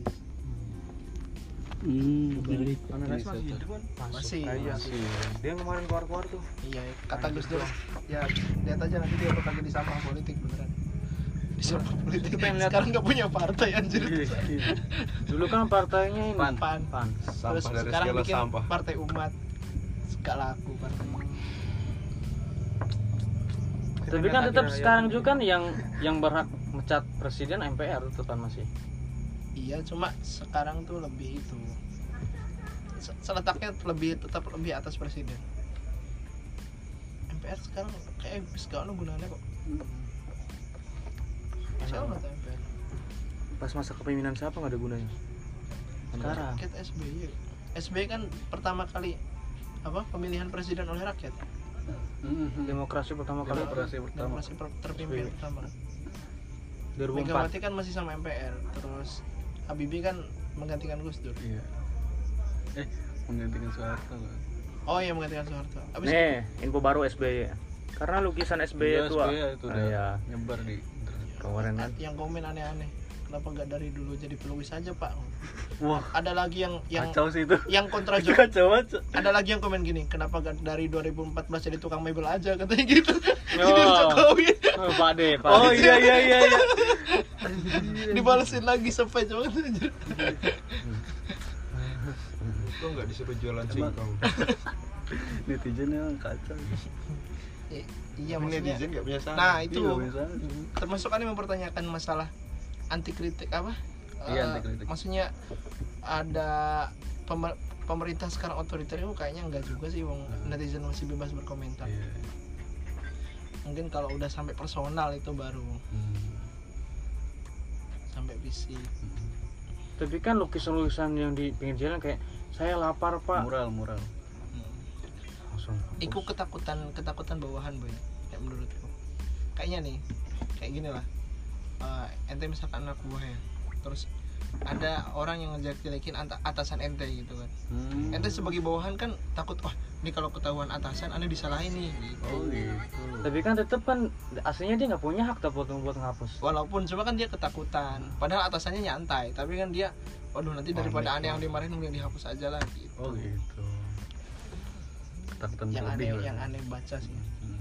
Hmm. Amin Rais masih hidup kan? Masih. Iya sih. Dia kemarin keluar-keluar tuh. Iya, kata Gus Dur. Ya lihat aja nanti dia bakal jadi sampah politik beneran. Di sampah politik. Itu pengen lihat. Sekarang nggak punya partai anjir. Dulu kan partainya ini Pan. Pan. Pan. Terus Sampah dari sekarang segala bikin sampah. partai umat. Gak laku partai. Tapi kan tetap sekarang juga kan yang yang berhak mecat presiden M P R tetap kan masih. Iya, cuma sekarang tuh lebih itu. Se- Seletaknya lebih tetap lebih atas presiden. M P R sekarang kayak bis gak ada gunanya kok. Siapa nggak tahu M P R? Pas masa kepemimpinan siapa nggak ada gunanya? Sekarang. Rakyat S B Y. S B Y kan pertama kali apa pemilihan presiden oleh rakyat. Demokrasi pertama kali Demokrasi pertama. Demokrasi per- terpimpin pertama. dua ribu empat. Megawati kan masih sama M P R, terus Habibie kan menggantikan Gus Dur. Iya. Eh, menggantikan Soeharto loh. Oh iya, menggantikan Soeharto. Abis Nih, info baru S B Y. Karena lukisan S B Y Iya, itu, S B Y ah, itu ah, udah iya. nyebar di internet. Kemarin kan. yang komen aneh-aneh. Kenapa nggak dari dulu jadi pelukis aja Pak? Wah, Ada lagi yang yang kacau sih itu. yang kontra Itu Jokowi. kacau banget. Ada lagi yang komen gini, kenapa gak dari dua ribu empat belas jadi tukang mebel aja katanya gitu. Oh. Jadi Jokowi Oh, Pak De, Pak Oh De. iya iya iya iya. dibalesin lagi sampai banget anjir. Kok nggak disuruh jualan Emang- singkong? Netizen emang kacau. I- iya Ini maksudnya. netizen nggak punya salah. Nah, itu Iya, bisa. termasuk kan yang mempertanyakan masalah anti kritik apa? Iya, Eh, anti kritik. Maksudnya ada pemer- pemerintah sekarang otoriter itu kayaknya enggak juga sih, wong netizen masih bebas berkomentar. Iya. Mungkin kalau udah sampai personal itu baru Hmm. sampai fisik. Tapi kan lukisan-lukisan yang di pinggir jalan kayak saya lapar, Pak. Mural mural. Langsung. Iku ketakutan ketakutan bawahan boy, ya menurutku. Kayaknya nih, kayak gini lah. Eh, ente misalkan anak buah ya, terus ada orang yang ngejelek-jelekin anta- atasan ente gitu kan. Hmm. Ente sebagai bawahan kan takut, wah ini kalau ketahuan atasan ane disalahin nih gitu. Oh gitu. Tapi kan tetap kan aslinya dia nggak punya hak tuh buat buat ngapus. Walaupun cuma kan dia ketakutan, padahal atasannya nyantai, tapi kan dia, waduh nanti daripada aneh yang dimarahin mending dihapus aja lah gitu. Oh gitu. Ketakutan Yang aneh berlebih lah. yang aneh baca sih. Hmm.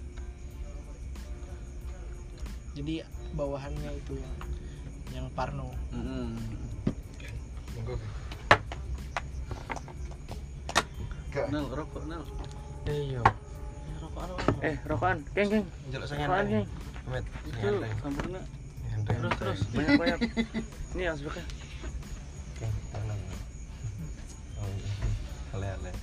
Jadi bawahannya itu yang yang parno. Hmm. Nal rokok nal. Iya. Rokok anu. Eh, rokokan, geng geng. Jelek Rokokan, geng. Met, Itu sampurna. Terus terus banyak banyak. Ini yang sebelah. Oke, tenang. Oh, iya. Ale-ale.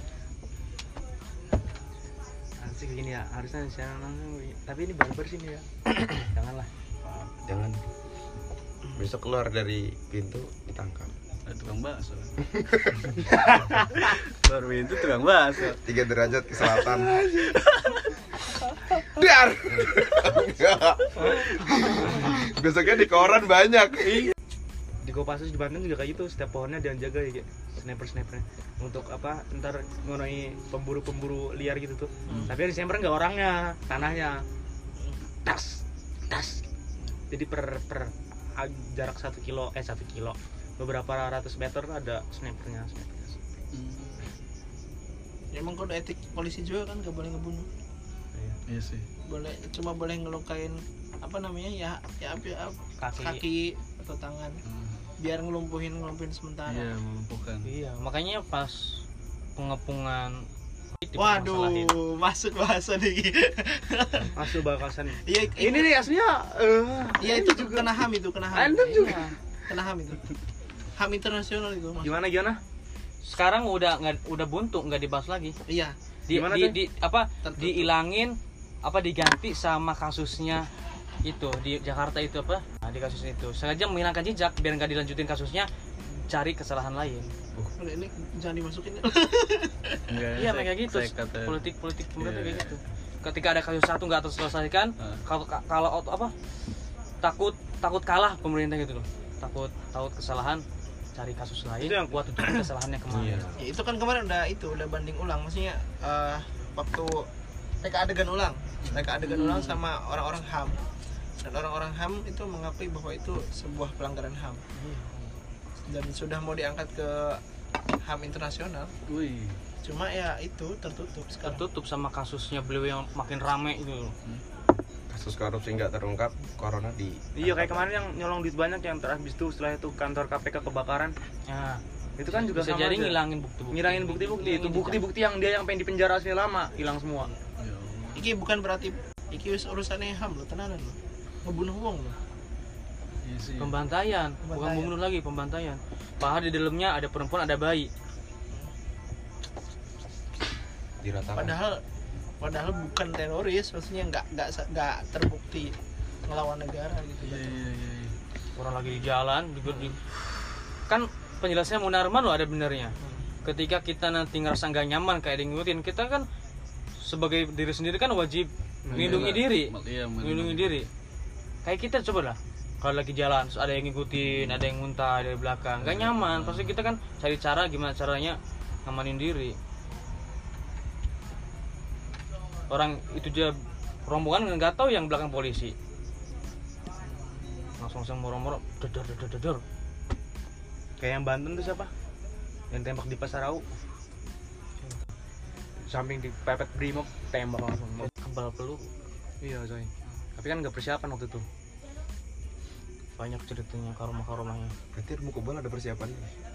Asik gini ya, harusnya siaran langsung. Tapi ini barbar sih nih ya. Janganlah. Jangan. Besok keluar dari pintu ditangkap. Ada tukang bakso. Baru itu tukang bakso. Tiga derajat ke selatan. Dar. Besoknya di koran banyak. Di Kopassus di Banten juga kayak gitu, setiap pohonnya dia jaga ya kayak sniper-snipernya untuk apa ntar ngonoi pemburu-pemburu liar gitu tuh. Hmm. Tapi yang disemper nggak orangnya, tanahnya. Tas, tas. Jadi per per ah, jarak satu kilo eh satu kilo beberapa ratus meter ada snipernya. snipernya. Ya, emang kode etik polisi juga kan gak boleh ngebunuh. Iya sih. Boleh cuma boleh ngelukain apa namanya ya ya apa ya, Kaki. kaki atau tangan Hmm. biar ngelumpuhin ngelumpuhin sementara. Iya melumpuhkan. Iya, makanya pas pengepungan Waduh, masuk bahasan nih. Masuk bakasan. Iya, Ini nih aslinya eh iya itu juga kena H A M itu, kena H A M. Anda juga. Iya, kena H A M itu. H A M internasional itu, Mas. Gimana gimana? Sekarang udah nggak udah buntu, nggak dibahas lagi. Iya. Di, Gimana di, tuh? di apa Tertutup. dihilangin apa diganti sama kasusnya itu di Jakarta itu apa? Nah, di kasus itu. Sengaja menghilangkan jejak biar nggak dilanjutin kasusnya, cari kesalahan lain. Udah, ini jangan dimasukin. Enggak, Iya, saya- kayak gitu. saya kata- Politik politik pemerintah Iya. kayak gitu. Ketika ada kasus satu nggak terselesaikan, Ah. kalau kalau auto- apa takut takut kalah pemerintah gitu loh. Takut takut kesalahan, cari kasus lain Itu yang- buat tutupin kesalahannya kemarin. Iya. Ya, itu kan kemarin udah itu udah banding ulang, maksudnya eh, waktu mereka adegan ulang, mereka adegan ulang sama orang-orang H A M, dan orang-orang H A M itu mengakui bahwa itu sebuah pelanggaran H A M dan sudah mau diangkat ke H A M internasional, Wih. cuma ya itu tertutup sekarang. Tertutup sama kasusnya beliau yang makin rame itu loh. Kasus korupsi nggak terungkap, corona di. Iya kayak kemarin yang nyolong duit banyak yang terhabis tuh setelah itu kantor K P K kebakaran. Nah, Itu kan juga bisa sama jadi aja. ngilangin bukti-bukti. Ngilangin bukti-bukti itu Ngilangin bukti-bukti yang dia yang pengen dipenjara asli lama hilang semua. Iki bukan berarti iki wis urusannya H A M lo, tenanan lo, ngebunuh wong lo. Iya sih. jejak. Pembantaian, bukan Pembantaian. pembunuh lagi, pembantaian. Padahal di dalamnya ada perempuan, ada bayi. Diratakan. Padahal padahal bukan teroris, maksudnya nggak nggak nggak terbukti ngelawan negara gitu. Iya iya iya. iya. Orang lagi di jalan, di, di- kan penjelasannya Munarman loh ada benernya. Ketika kita nanti ngerasa nggak nyaman kayak ada yang ngikutin, kita kan sebagai diri sendiri kan wajib melindungi diri, Iya, melindungi diri. Kayak kita coba lah, kalau lagi jalan terus ada yang ngikutin, ada yang muntah dari belakang, nggak nyaman. Pasti kita kan cari cara gimana caranya ngamanin diri. Orang itu dia rombongan nggak tahu yang belakang polisi, langsung langsung moro-moro, dodor dodor dodor. Kayak yang Banten tuh siapa? Yang tembak di Pasarau. Samping di pepet brimob tembak langsung. Kebal peluru. Iya coy. Tapi kan nggak persiapan waktu itu. Banyak ceritanya karomah-karomahnya. Berarti ilmu kebal ada persiapan.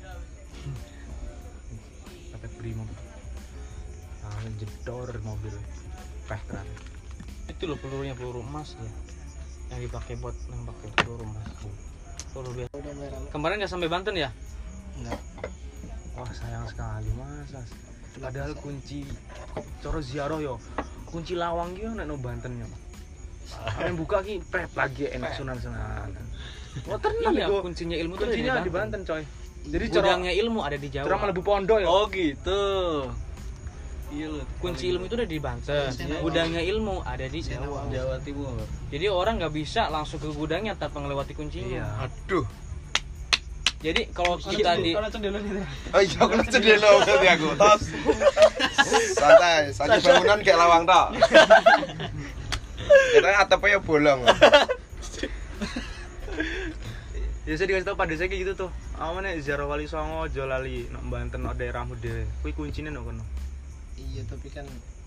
Pepet brimob. Nah, jedor mobil. Veteran. Itu loh pelurunya, peluru emas ya, yang dipakai buat nembak ya, peluru emas. Peluru biasa. Udah merah. Kemarin nggak sampai Banten ya? Enggak. Wah sayang sekali masa. Padahal kunci coro ziarah yo. Kunci lawang gitu nek no Banten yo. Yang buka ki prep lagi enak sunan-sunan. Wah tenang Iya, iku. kuncinya ilmu tuh ada Kuncinya di di Banten coy. Jadi coro Gudangnya ilmu ada di Jawa. coro mlebu pondok yo. Oh gitu. Iya loh. Kunci ilmu itu ada di Banten. Iya. Gudangnya ilmu ada di Jawa. Jawa. Jawa Timur. Jadi orang nggak bisa langsung ke gudangnya tanpa melewati kuncinya. Iya. Aduh. Jadi kalau kita di Kalau cendela nih. Oh iya, aku lucu dia loh berarti aku. Tos. Santai, saja bangunan kayak lawang tok. Kita atapnya bolong. Ya saya dikasih tau pada saya kayak gitu tuh. Awane ziarah Wali Songo aja lali nek Banten ada daerahmu dhewe. Kuwi kuncine no kono. Iya, tapi kan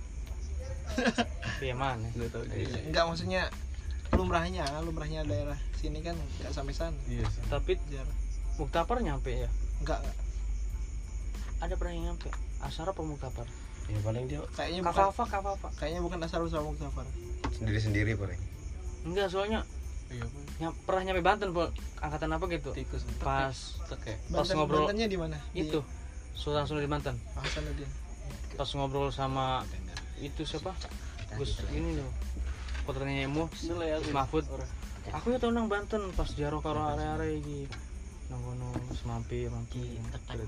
ya mana? Enggak tahu dia. enggak, maksudnya lumrahnya, lumrahnya daerah sini kan enggak sampai sana. Iya sih. Tapi Jarang. Muktapar nyampe ya? Enggak, enggak. Ada pernah yang nyampe? Asyara apa Muktapar? Ya paling dia Kayaknya bukan Kafafa, kafafa. kayaknya bukan Asarul sama Muktafar. sendiri-sendiri paling. Enggak, soalnya Iya, Pak. nyam- pernah nyampe Banten, Pol. Angkatan apa gitu? Tikus. Pas Teke. Pas Banten, ngobrol- Bantennya di mana? itu Sultan Sunan di Banten. Di Hasanuddin. Pas ngobrol sama itu siapa? Gus ini loh. Putranya Emu, Gus Mahfud. Aku ya tau nang Banten pas jaro karo area-area iki. Nang kono semampir mampir.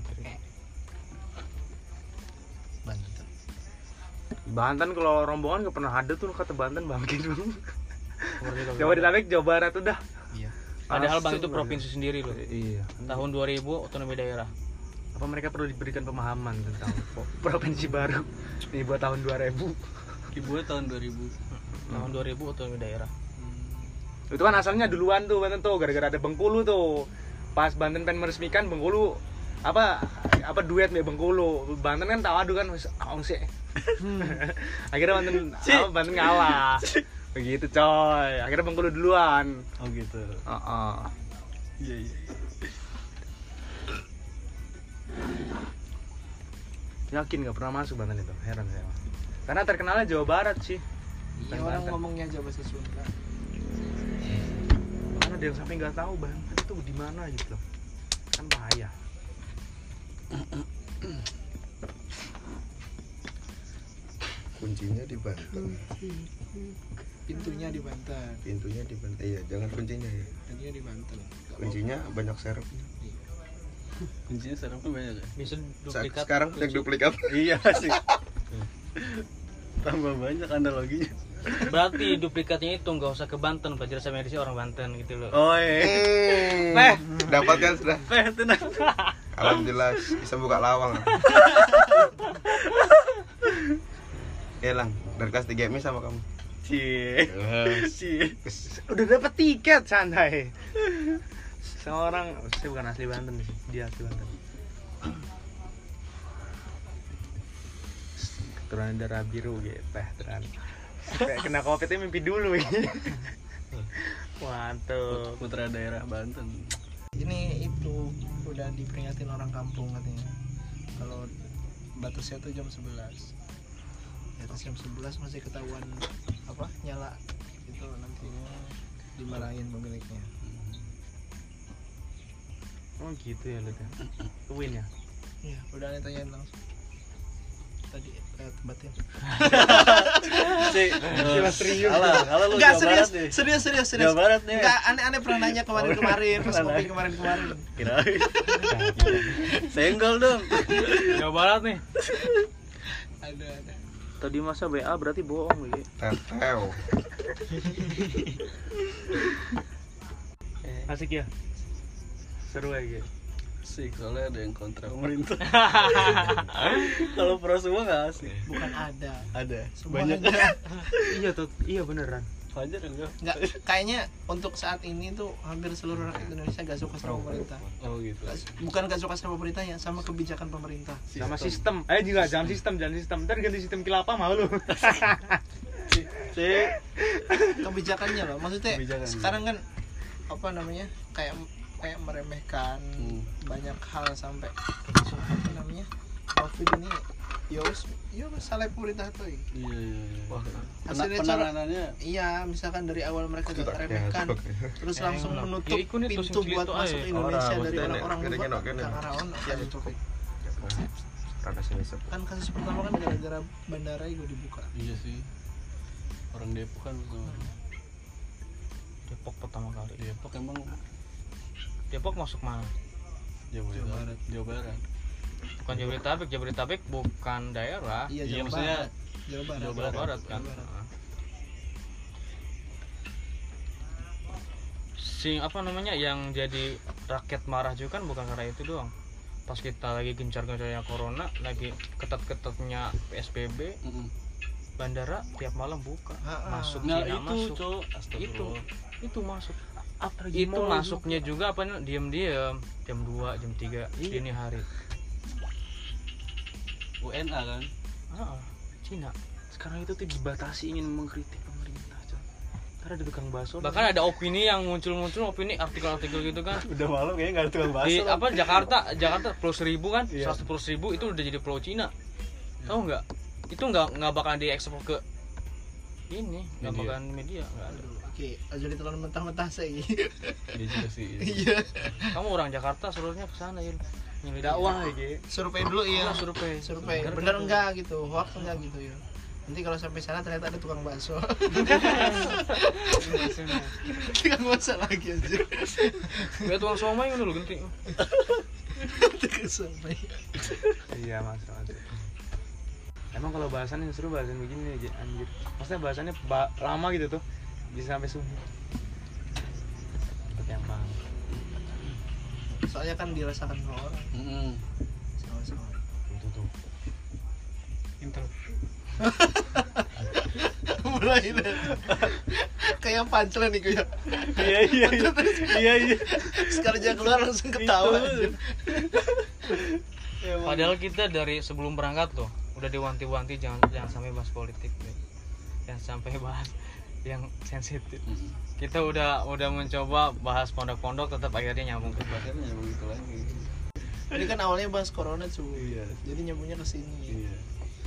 Banten. Banten kalau rombongan gak pernah ada tuh kata Banten bangkit. Coba ditarik Jawa Barat udah. Iya. Padahal Bang Langsung itu aja. provinsi sendiri loh. Iya. Tahun dua ribu otonomi daerah. Apa mereka perlu diberikan pemahaman tentang provinsi baru nih buat tahun dua ribu. Ibu tahun dua ribu. Tahun dua ribu otonomi daerah. Itu kan asalnya duluan tuh Banten tuh gara-gara ada Bengkulu tuh. Pas Banten pengen meresmikan Bengkulu apa apa duet nih Bengkulu. Banten kan tahu adu kan wis aong sih. Akhirnya Banten apa, Banten ngalah. Begitu coy. Akhirnya Bengkulu duluan. Oh gitu. Heeh. Iya iya. Yakin nggak pernah masuk Banten itu, heran saya. Karena terkenalnya Jawa Barat sih. Iya, orang ngomongnya aja bahasa Sunda. Karena ada yang sampai nggak tahu Banten itu di mana gitu loh. Kan bahaya. Kuncinya di Banten. Pintunya di Banten. Pintunya di Banten. Iya, jangan kuncinya ya. Pintunya di Banten. Nggak Kuncinya banyak serepnya. Kuncinya serapnya banyak ya? Bisa Sa- duplikat. Sekarang banyak duplikat. Iya sih. Tambah banyak analoginya. Berarti duplikatnya itu nggak usah ke Banten, belajar sama medisi orang Banten gitu loh. Oh iya. Hmm, dapatkan sudah. Peh, tenang. Alhamdulillah bisa buka lawang. Ya lang, dari kelas tiga M I sama kamu. Cie. Cie. Udah dapat tiket santai. Seorang, saya bukan asli Banten sih, dia asli Banten. Keturunan darah biru gitu, teran. Kayak kena covid itu mimpi dulu ini. Mantap. Putra daerah Banten. Ini itu udah diperingatin orang kampung katanya. Kalau batasnya tuh jam sebelas. Di atas jam sebelas masih ketahuan apa nyala itu nantinya dimarahin pemiliknya. Oh gitu ya lu kan. Win ya. Iya, udah nih tanyain langsung. Tadi eh, tebatin. Si, serius. Alah, alah lu Enggak Jawa serius, Barat nih. serius, serius, serius. Jawa Barat nih. Enggak, aneh-aneh pernah nanya kemarin-kemarin, pas kopi kemarin-kemarin. Kirain. Senggol dong. Jawa Barat nih. Ada, ada. Tadi masa B A berarti bohong gitu. Teteo. Asik ya. Seru aja. Asik, soalnya ada yang kontra pemerintah. Kalau pro semua nggak asik. Bukan ada. Ada. Semua Banyak. ada. Iya tuh, iya beneran. Fajar enggak? Enggak, kayaknya untuk saat ini tuh hampir seluruh rakyat Indonesia gak suka sama pemerintah. Oh gitu. Nggak- Bukan gak suka sama pemerintahnya, sama kebijakan pemerintah. Sama sistem. Eh juga jangan sistem, jangan sistem. Ntar ganti sistem kilapa mau lu. Si. Kebijakannya loh, maksudnya Kebijakan. sekarang kan apa namanya kayak kayak meremehkan Hmm. banyak hal sampai apa namanya COVID ini ya wes ya wes salah pemerintah tuh. Iya iya. iya. Hasilnya Pena- cara- penanganannya Iya, misalkan dari awal mereka Tidak diremehkan, terus langsung Eh, menutup ya, ikut nih, pintu terus buat gitu masuk aja. Indonesia Orang, dari maksudnya orang-orang kena- luar kena- ke kena. Karawan Iya. COVID. Rada sini sep. Kan kasus pertama kan gara-gara bandara itu dibuka. iya sih. Orang Depok kan sama. Depok pertama kali. Depok emang Depok masuk mana? Jawa Jawa Barat. Jawa Barat. Bukan Jabodetabek, Jabodetabek bukan daerah. Iya, Iya, Jawa maksudnya Barat. Jawa Barat. Jawa Jawa Barat kan. Jawa Barat. Heeh. Si apa namanya yang jadi rakyat marah juga kan bukan karena itu doang. Pas kita lagi gencar-gencarnya corona, lagi ketat-ketatnya P S B B, Mm-mm. bandara tiap malam buka. Ha-ha. Masuk Nah Cina itu masuk. cowok Itu astagfirullah. itu masuk. Apa Itu masuknya juga apa nih? Diam-diam jam dua, jam tiga Iya. dini hari. U N A kan. Heeh. Cina. Sekarang itu tuh dibatasi ingin mengkritik pemerintah, coy. Karena ada tukang bakso. Bahkan ada opini yang muncul-muncul, opini artikel-artikel gitu kan. Udah malam kayaknya nggak ada tukang bakso. Di apa Jakarta, Jakarta Pulau Seribu kan, Iya. seratus Pulau Seribu itu udah jadi Pulau Cina. Tahu nggak? Itu nggak nggak bakalan diekspor ke ini, nggak Media. bakalan media, nggak ada. Oke, jadi telan mentah-mentah saya. Iya juga sih. Iya. Kamu orang Jakarta, seluruhnya ke sana ya. Nyelidiki. dakwah gitu. Survei dulu Iya, ya. survei. Survei. Bener Bener kan? enggak gitu? Hoax enggak gitu ya? Nanti kalau sampai sana ternyata ada tukang bakso. Tukang bakso lagi aja. Kayak tukang somai ngono lho genting. Tukang somai. Iya, Mas. Mas. Emang kalau bahasan yang seru bahasan begini aja anjir. Maksudnya bahasannya ba- lama gitu tuh. Bisa sampai subuh. Seperti yang bang. Soalnya kan dirasakan sama orang. Mm-mm. Sama-sama. Tuh tuh. Intel. Mulai deh. Kayak punchline nih ya. Iya iya iya. Iya iya. Sekali aja keluar langsung ketawa aja. Padahal kita dari sebelum berangkat loh udah diwanti-wanti jangan jangan sampai bahas politik, gitu. Jangan sampai bahas yang sensitif. Mm-mm. Kita udah udah mencoba bahas pondok-pondok, tetap akhirnya nyambung ke Akhirnya begitu lagi. Ini kan awalnya bahas corona cuy. Iya. Jadi nyambungnya ke sini. Iya.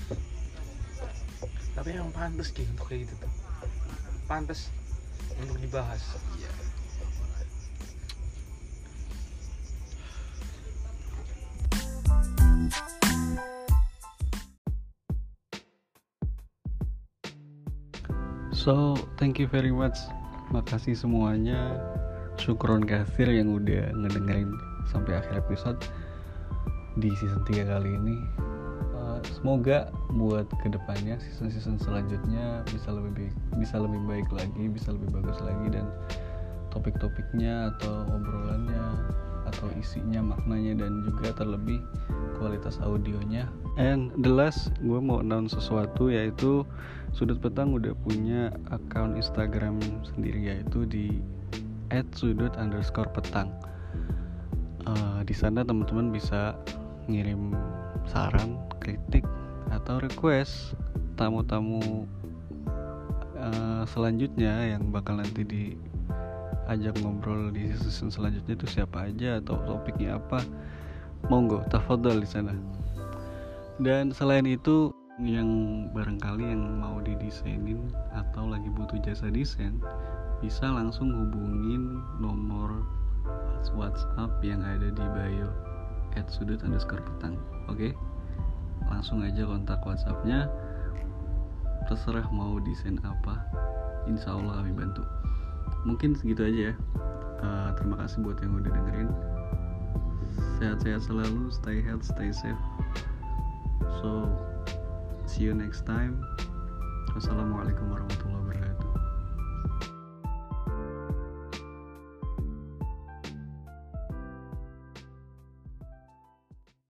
Tapi yang pantas Ki untuk kayak gitu tuh. Pantas untuk dibahas. Iya. So, thank you very much. Makasih semuanya. Syukron kasir yang udah ngedengerin sampai akhir episode di season tiga kali ini. Uh, semoga buat kedepannya season-season selanjutnya bisa lebih baik, bisa lebih baik lagi, bisa lebih bagus lagi, dan topik-topiknya atau obrolannya atau isinya, maknanya, dan juga terlebih kualitas audionya. And the last, gue mau announce sesuatu, yaitu Sudut Petang udah punya akun Instagram sendiri, yaitu di et sudut underscore petang. Uh, di sana teman-teman bisa ngirim saran, kritik, atau request tamu-tamu uh, selanjutnya yang bakal nanti diajak ngobrol di season selanjutnya itu siapa aja atau topiknya apa. Monggo, tafadhol di sana. Dan selain itu, yang barangkali yang mau didesainin atau lagi butuh jasa desain, bisa langsung hubungin nomor WhatsApp yang ada di bio et sudut underscore petang. Oke, langsung aja kontak WhatsAppnya. Terserah mau desain apa, insya Allah kami bantu. Mungkin segitu aja ya. Uh, terima kasih buat yang udah dengerin. Sehat-sehat selalu, stay healthy, stay safe. So, see you next time. Wassalamualaikum warahmatullahi wabarakatuh.